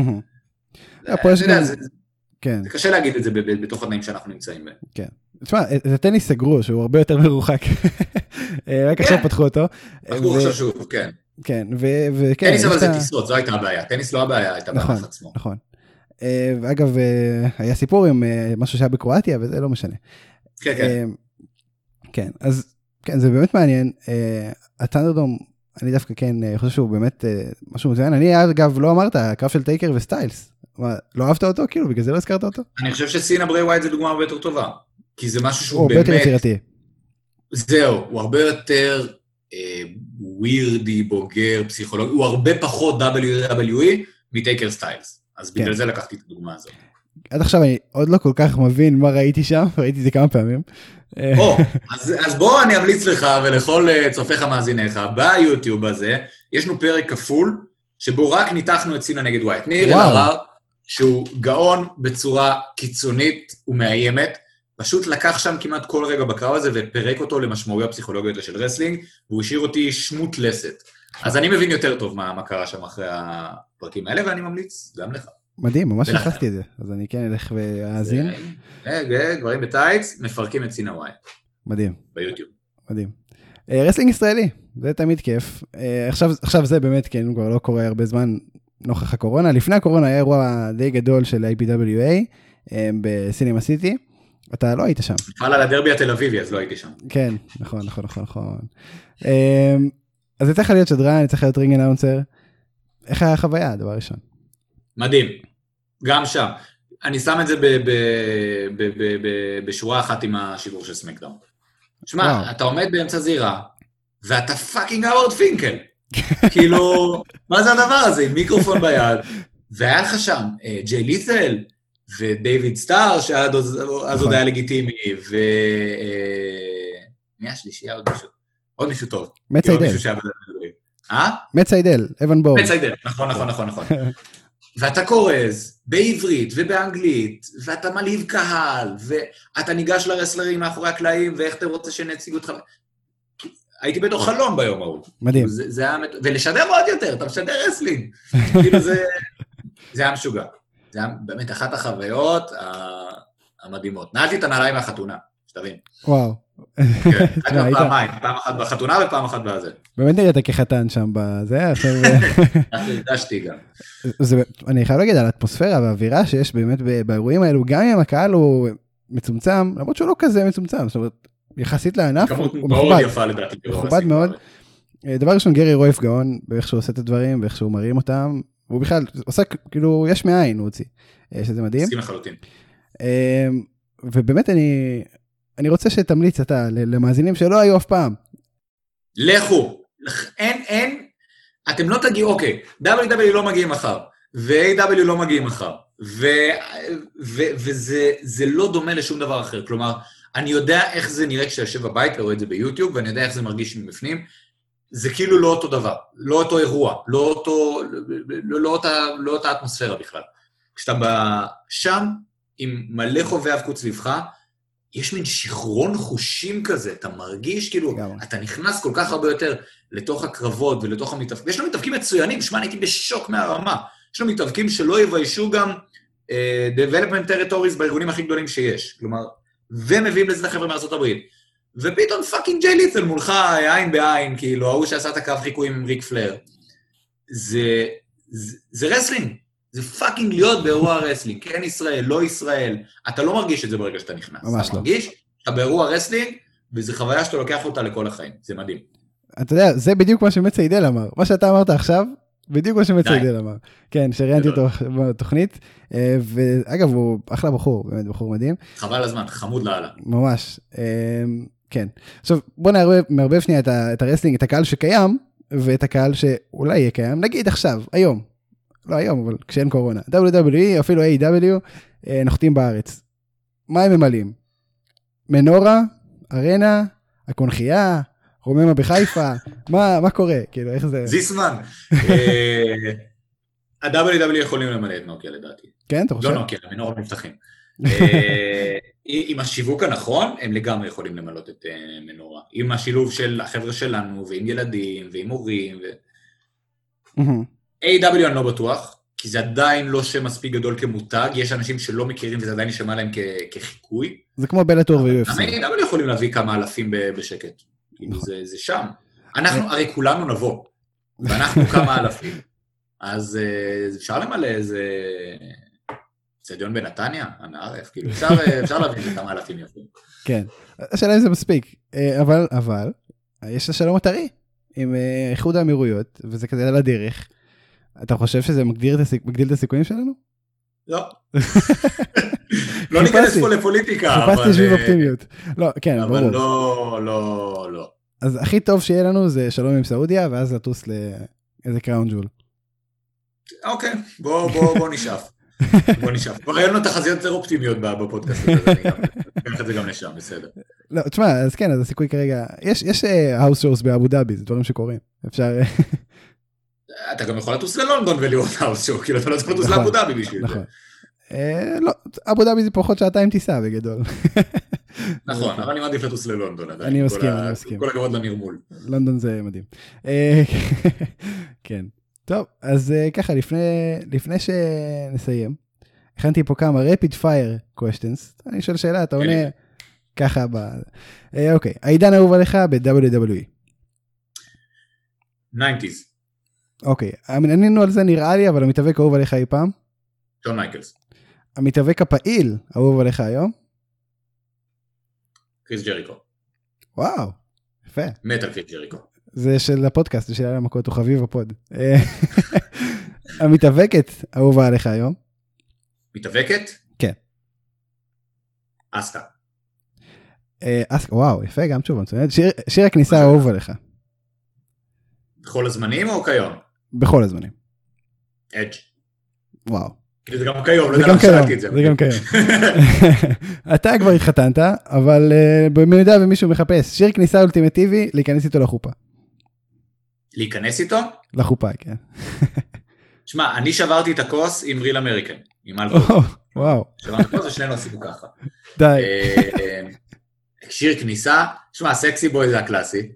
זה קשה להגיד את זה בתוך התנאים שאנחנו נמצאים בהם. כן. תשמע, זה טניס סגרו, שהוא הרבה יותר מרוחק. רק עכשיו פתחו אותו. פתחו עכשיו שוב, כן. כן, וכן. טניס אבל זה טיסות, זו הייתה הבעיה. טניס לא הבעיה, הייתה בענף עצמו. נכון. ואגב, היה סיפור עם משהו שהיה בקרואטיה, וזה לא משנה. כן, כן. כן, אז כן, זה באמת מעניין. הטנדרדום, אני דווקא כן חושב שהוא באמת משהו מצוין. אני אגב לא אמרת, הקרב של טייקר וסטיילס. לא אהבת אותו? כאילו, בגלל זה לא הזכרת אותו? אני חושב שסינה בריי ווייט זה דוגמה הרבה יותר טובה. כי זה משהו שהוא באמת... הוא הרבה יותר יצירתי. זהו, הוא הרבה יותר ווירדי, בוגר, פסיכולוגי. הוא הרבה פחות דאבליו דאבליו אי מטייקר סטיילס. אז בגלל זה לקחתי את הדוגמה הזאת. עד עכשיו אני עוד לא כל כך מבין מה ראיתי שם, ראיתי את זה כמה פעמים. או, אז בוא אני אמליץ לך ולכל צופיך מאזיניך, ביוטיוב הזה, יש לנו פרק כפול, שבו רק ניתחנו את סינה נגד ווייט. ניר אלהרר, שהוא גאון בצורה קיצונית ומאיימת, פשוט לקח שם כמעט כל רגע בקרב הזה, ופרק אותו למשמעויות פסיכולוגיות של רסלינג, והוא השאיר אותי שמות לסת. אז אני מבין יותר טוב מה, מה קרה שם אחרי הפרקים האלה, ואני ממליץ גם לך. מדהים, ממש לחסתי את זה, אז אני כן אלך ואזין. גברים בטייץ, מפרקים את סינה ווייט. מדהים. ביוטיוב. מדהים. רסלינג ישראלי, זה תמיד כיף. עכשיו, עכשיו זה באמת, כן, כבר לא קורה הרבה זמן נוכח הקורונה. לפני הקורונה היה אירוע די גדול של איי פי דאבליו איי בסינמה סיטי. אתה לא היית שם. נפעל על הדרבי התל אביבי, אז לא הייתי שם. כן, נכון, נכון, נכון, נכון. אז זה צריך להיות שדרן, צריך להיות רינג אנאונסר. איך היה החוויה, הדבר ראשון? מדהים, גם שם. אני שם את זה בשורה אחת עם השידור של סמקדאון. שמע, אתה עומד באמצע זירה, ואתה פאקינג האוורד פינקל. כאילו, מה זה הדבר הזה? עם מיקרופון ביד, והיה לך שם ג'יי לית'ל, ודייוויד סטאר, שאז עוד היה לגיטימי, ו... מי השלישי? עוד מישהו. עוד מישהו טוב. מת סיידל. אה? מת סיידל, אבן בור. מת סיידל, נכון, נכון, נכון, נכון. ואתה קורז בעברית ובאנגלית, ואתה מלהיב קהל, ואתה ניגש לרסלרים מאחורי הקלעים, ואיך אתה רוצה שנציג אותך... הייתי בתוך חלום ביום ההוא. מדהים. זה היה... ולשדר עוד יותר, אתה משדר רסלינג. כאילו זה... זה היה משוגע. זה היה באמת אחת החוויות המדהימות. נעלתי את הנעליים מהחתונה, שתבין. וואו. כן, פעמיים, פעם אחת בחתונה ופעם אחת בזה. באמת נראית כחתן שם בזה, עכשיו... הרגשתי גם. אני חייב להגיד על האטמוספירה והאווירה שיש באמת באירועים האלו, גם אם הקהל הוא מצומצם, למרות שהוא לא כזה מצומצם, זאת אומרת, יחסית לענף, הוא מכובד. מכובד מאוד. דבר ראשון, גרי רויף גאון, באיך שהוא עושה את הדברים, באיך שהוא מרים אותם, והוא בכלל עושה, כאילו, יש מאין, הוא הוציא, שזה מדהים. מסכים לחלוטין. ובאמת אני, אני רוצה שתמליץ אתה למאזינים שלא היו אף פעם. לכו, אין, אין, אתם לא תגיעו, אוקיי, דאבליו דאבליו אי לא מגיעים מחר, ו-איי דאבליו לא מגיעים מחר, וזה לא דומה לשום דבר אחר, כלומר, אני יודע איך זה נראה כשאתה יושב בבית ורואה את זה ביוטיוב, ואני יודע איך זה מרגיש מבפנים, זה כאילו לא אותו דבר, לא אותו אירוע, לא אותו, לא, לא אותה, לא אותה אטמוספירה בכלל. כשאתה שם, עם מלא חובי אבקות סביבך, יש מין שכרון חושים כזה, אתה מרגיש כאילו, אתה נכנס כל כך הרבה יותר לתוך הקרבות ולתוך המתאבקים, ויש לו מתאבקים מצוינים, שמע, אני הייתי בשוק מהרמה, יש לו מתאבקים שלא יביישו גם uh, development territories בארגונים הכי גדולים שיש, כלומר, ומביאים לזה את החבר'ה מארצות הברית, ופתאום פאקינג ג'יי לית'ל מולך עין בעין, כאילו, ההוא שעשה את הקו חיקוי עם ריק פלר, זה, זה, זה רסלינג, זה פאקינג להיות באירוע רסלינג, כן ישראל, לא ישראל, אתה לא מרגיש את זה ברגע שאתה נכנס, ממש אתה לא. מרגיש, אתה באירוע רסלינג, וזו חוויה שאתה לוקח אותה לכל החיים, זה מדהים. אתה יודע, זה בדיוק מה שמציידל אמר, מה שאתה אמרת עכשיו, בדיוק מה שמציידל אמר. כן, שראיינתי אותו בתוכנית, ואגב, הוא אחלה בחור, באמת בחור מדהים. חבל הזמן, חמוד לעלה. ממש, כן. עכשיו, בוא נערבב שנייה את הרסלינג, את הקהל שקיים, ואת הקהל שאולי יהיה קיים, נגיד עכשיו, היום, לא היום, אבל כשאין קורונה, דאבליו דאבליו אי, אפילו איי דאבליו, נוחתים בארץ. מה הם ממלאים? מנורה, ארנה, הקונחייה, רוממה בחיפה, מה, מה קורה? כאילו, איך זה? זיסמן. ה-דאבליו דאבליו יכולים למלא את נוקיה, לדעתי. כן, אתה חושב? לא נוקיה, מנורות מבטחים. עם השיווק הנכון, הם לגמרי יכולים למלות את מנורה. עם השילוב של החבר'ה שלנו, ועם ילדים, ועם הורים. איי דאבליו אני לא בטוח, כי זה עדיין לא שם מספיק גדול כמותג, יש אנשים שלא מכירים וזה עדיין נשמע להם כחיקוי. זה כמו בלטור ו-יו אף סי. איי דאבליו יכולים להביא כמה אלפים בשקט. זה שם. אנחנו, הרי כולנו נבוא, ואנחנו כמה אלפים. אז אפשר למלא איזה צדיון בנתניה, הנערף, כאילו אפשר להביא כמה אלפים יפים. כן, השאלה אם זה מספיק, אבל, אבל, יש השלום הטרי עם איחוד האמירויות, וזה כזה על הדרך. אתה חושב שזה מגדיל את הסיכויים שלנו? לא. לא ניכנס פה לפוליטיקה, אבל... חיפשתי שביב אופטימיות. לא, כן, ברור. אבל לא, לא, לא. אז הכי טוב שיהיה לנו זה שלום עם סעודיה, ואז לטוס לאיזה קראון ג'ול. אוקיי, בוא נשאף. בוא נשאף. כבר ראינו תחזיות יותר אופטימיות בפודקאסט הזה, אני אקח את זה גם לשם, בסדר. לא, תשמע, אז כן, אז הסיכוי כרגע, יש האוס שורס באבו דאבי, זה דברים שקורים. אפשר... אתה גם יכול לטוס ללונדון ולראות האוס שורס, כאילו אתה לא צריך לטוס לאבו דאבי בשביל זה. נכון. לא, אבו דאבי זה פחות שעתיים טיסה בגדול. נכון, אבל אני מעדיף לטוס ללונדון עדיין. אני מסכים, אני מסכים. כל הכבוד לנרמול. לונדון זה מדהים. כן. טוב, אז ככה, לפני שנסיים, הכנתי פה כמה rapid fire questions. אני שואל שאלה, אתה עונה ככה ב... אוקיי, העידן האהוב עליך ב-דאבליו דאבליו אי. תשעים. אוקיי, ענינו על זה נראה לי, אבל המתאבק האהוב עליך אי פעם? שון מייקלס. המתאבק הפעיל האהוב עליך היום? קריס ג'ריקו. וואו, יפה. מת על קריס ג'ריקו. זה של הפודקאסט, זה של על המכות, הוא חביב הפוד. המתאבקת האהובה עליך היום? מתאבקת? כן. אסקה. אסקה, וואו, יפה, גם תשובה. שיר הכניסה האהוב עליך. בכל הזמנים או כיום? בכל הזמנים. אדג'. וואו. זה גם כיום, לא יודע למה שאלתי את זה. זה גם כיום. אתה כבר התחתנת, אבל במידה ומישהו מחפש שיר כניסה אולטימטיבי, להיכנס איתו לחופה. להיכנס איתו? לחופה, כן. שמע, אני שברתי את הכוס עם ריל אמריקן, עם אלכוהול. וואו. שברתי את הכוס ושנינו עשינו ככה. די. שיר כניסה, שמע, סקסי בוי זה הקלאסי.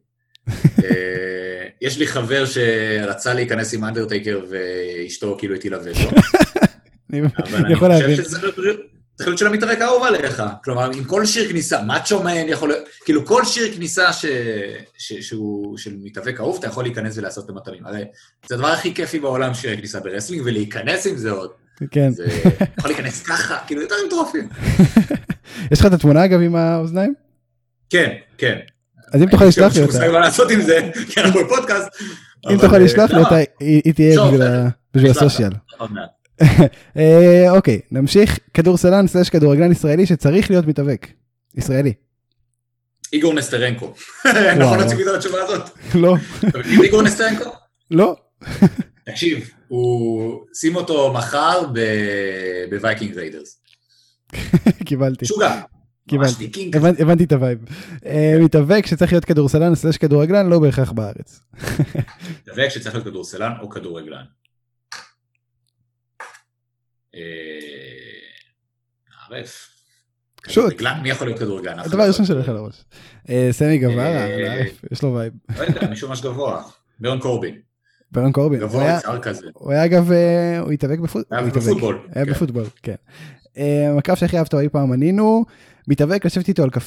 יש לי חבר שרצה להיכנס עם אנדרטייקר ואשתו כאילו איתי לבטו. אבל אני חושב שזה צריך להיות של המתאבק האהוב עליך. כלומר, עם כל שיר כניסה, מאצ'ו מן יכול להיות, כאילו כל שיר כניסה ש... ש... שהוא של מתאבק אהוב, אתה יכול להיכנס ולעשות במטרים. הרי זה הדבר הכי כיפי בעולם שיר כניסה ברסלינג, ולהיכנס עם זה עוד. כן. זה יכול להיכנס ככה, כאילו יותר מטרופים. יש לך את התמונה אגב עם האוזניים? כן, כן. אז אם תוכל לשלוח לי אותה. אני חושב לעשות עם זה, כי אנחנו בפודקאסט. אם תוכל לשלוח לי אותה, היא תהיה בשביל הסושיאל. אוקיי, נמשיך. כדורסלן סלש כדורגלן ישראלי שצריך להיות מתאבק. ישראלי. איגור נסטרנקו. נכון להציג את התשובה הזאת? לא. איגור נסטרנקו? לא. תקשיב, הוא שים אותו מחר בווייקינג ריידרס. קיבלתי. שוגע. קיבלתי. הבנתי את הווייב. מתאבק שצריך להיות כדורסלן סלש כדורגלן, לא בהכרח בארץ. מתאבק שצריך להיות כדורסלן או כדורגלן. ערף. שוט. מי יכול להיות כדורגלן? הדבר הראשון שלך על הראש. סמי גווארה, יש לו וייב. לא יודע, מישהו ממש גבוה. ברון קורבין. ברון קורבין. גבוה, צער כזה. הוא היה אגב, הוא התאבק בפוטבול. היה בפוטבול, כן. הקרב שהכי אהבת אי פעם ענינו, מתאבק לשבת איתו על קפה.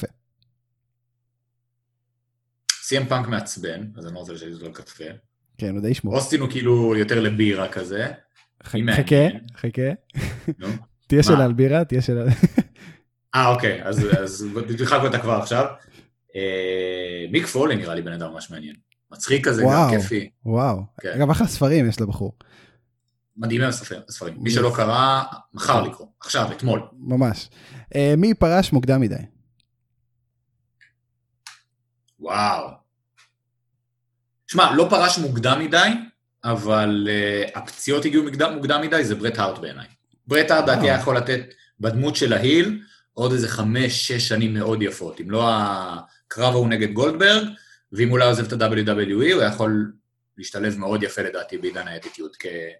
סי אם פאנק מעצבן, אז אני לא רוצה לשבת איתו על קפה. כן, הוא די שמור. אוסטין הוא כאילו יותר לבירה כזה. חכה, חכה. תהיה שאלה על בירה, תהיה שאלה... אה, אוקיי, אז תלחק אותה כבר עכשיו. מיק פולי נראה לי בן אדם ממש מעניין. מצחיק כזה, גם כיפי. וואו, אגב, אחלה ספרים יש לבחור. מדהים הספרים. מי שלא קרא, מחר לקרוא. עכשיו, אתמול. ממש. מי פרש מוקדם מדי? וואו. שמע, לא פרש מוקדם מדי, אבל הפציעות הגיעו מוקדם מדי, זה ברט הארט בעיניי. ברט הארט דעתי יכול לתת בדמות של ההיל, עוד איזה חמש, שש שנים מאוד יפות. אם לא הקרב הוא נגד גולדברג, ואם הוא לא עוזב את ה-דאבליו דאבליו אי, הוא יכול להשתלב מאוד יפה לדעתי בעידן האטיטיוד,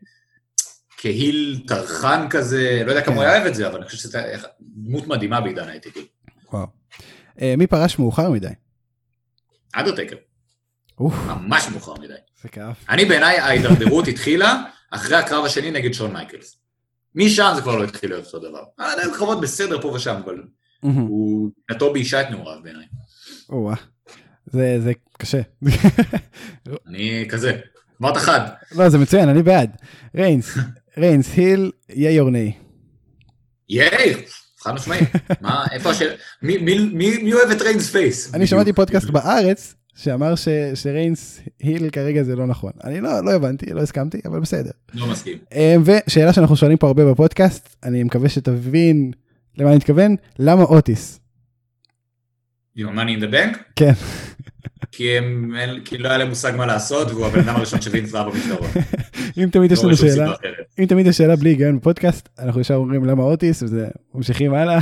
כהיל טרחן כזה, לא יודע כמה הוא אוהב את זה, אבל אני חושב שזה דמות מדהימה בעידן האטיטיוד. וואו. מי פרש מאוחר מדי? אנדרטייקר. ממש מאוחר מדי. זה כאב. אני בעיניי ההידרדרות התחילה אחרי הקרב השני נגד שון מייקלס. משם זה כבר לא התחיל להיות אותו דבר. עדיין קרבות בסדר פה ושם, אבל הוא נתו באישה את נעוריו בעיניי. וואו. זה, זה קשה. אני כזה. אמרת אחד. לא, זה מצוין, אני בעד. ריינס, ריינס, היל, יאי אורני. יאי, חד משמעי. מה, איפה השאלה? מי, מי, מי, מי אוהב את ריינס פייס? אני שמעתי פודקאסט בארץ, שאמר ש, שריינס היל כרגע זה לא נכון. אני לא, לא הבנתי, לא הסכמתי, אבל בסדר. לא מסכים. ושאלה שאנחנו שואלים פה הרבה בפודקאסט, אני מקווה שתבין למה אני מתכוון, למה אוטיס? עם ה-money in the bank? כן. כי הם, כי לא היה להם מושג מה לעשות, והוא הבן אדם הראשון שווינס ראה במסדרות. אם תמיד יש לנו שאלה, אם תמיד יש שאלה בלי היגיון בפודקאסט, אנחנו ישר אומרים למה אוטיס, וזה ממשיכים הלאה.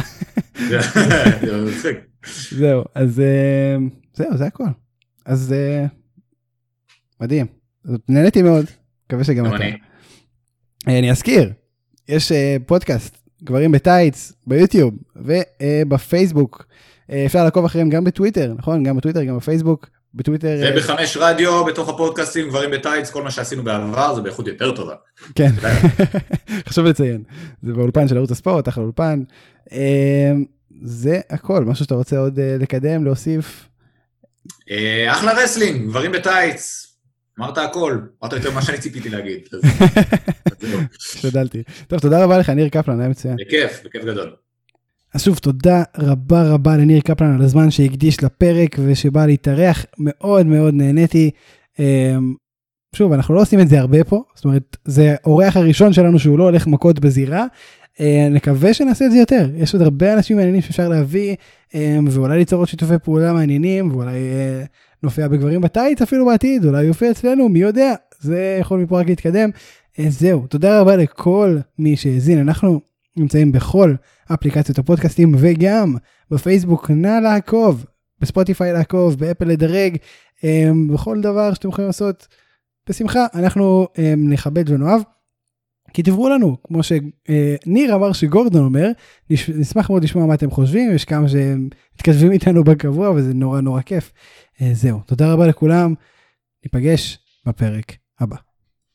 זהו, אז זהו, זה הכל. אז מדהים. נהניתי מאוד, מקווה שגם אתה. אני אזכיר, יש פודקאסט, גברים בטייץ, ביוטיוב, ובפייסבוק, אפשר לעקוב אחריהם גם בטוויטר, נכון? גם בטוויטר, גם בפייסבוק, בטוויטר... ובחמש רדיו, בתוך הפודקאסטים, גברים בטייץ, כל מה שעשינו בעבר, זה באיכות יותר טובה. כן, חשוב לציין. זה באולפן של ערוץ הספורט, אחלה אולפן. זה הכל, משהו שאתה רוצה עוד לקדם, להוסיף? אחלה רסלינג, גברים בטייץ. אמרת הכל, אמרת יותר מה שאני ציפיתי להגיד. שדלתי. טוב, תודה רבה לך, ניר קפלן, היה מצוין. בכיף, בכיף גדול. אז שוב, תודה רבה רבה לניר קפלן על הזמן שהקדיש לפרק ושבא להתארח, מאוד מאוד נהניתי. שוב, אנחנו לא עושים את זה הרבה פה, זאת אומרת, זה האורח הראשון שלנו שהוא לא הולך מכות בזירה, נקווה שנעשה את זה יותר. יש עוד הרבה אנשים מעניינים שאפשר להביא, ואולי ליצור עוד שיתופי פעולה מעניינים, ואולי נופיע בגברים בטייץ אפילו בעתיד, אולי יופיע אצלנו, מי יודע, זה יכול מפה רק להתקדם. זהו, תודה רבה לכל מי שהזין, אנחנו נמצאים בכל אפליקציות הפודקאסטים, וגם בפייסבוק נא לעקוב, בספוטיפיי לעקוב, באפל לדרג, בכל דבר שאתם יכולים לעשות, בשמחה, אנחנו נכבד ונאהב, כי תברו לנו, כמו שניר אמר שגורדון אומר, נשמח מאוד לשמוע מה אתם חושבים, יש כמה שמתכתבים איתנו בקבוע, וזה נורא נורא כיף. זהו, תודה רבה לכולם, ניפגש בפרק הבא.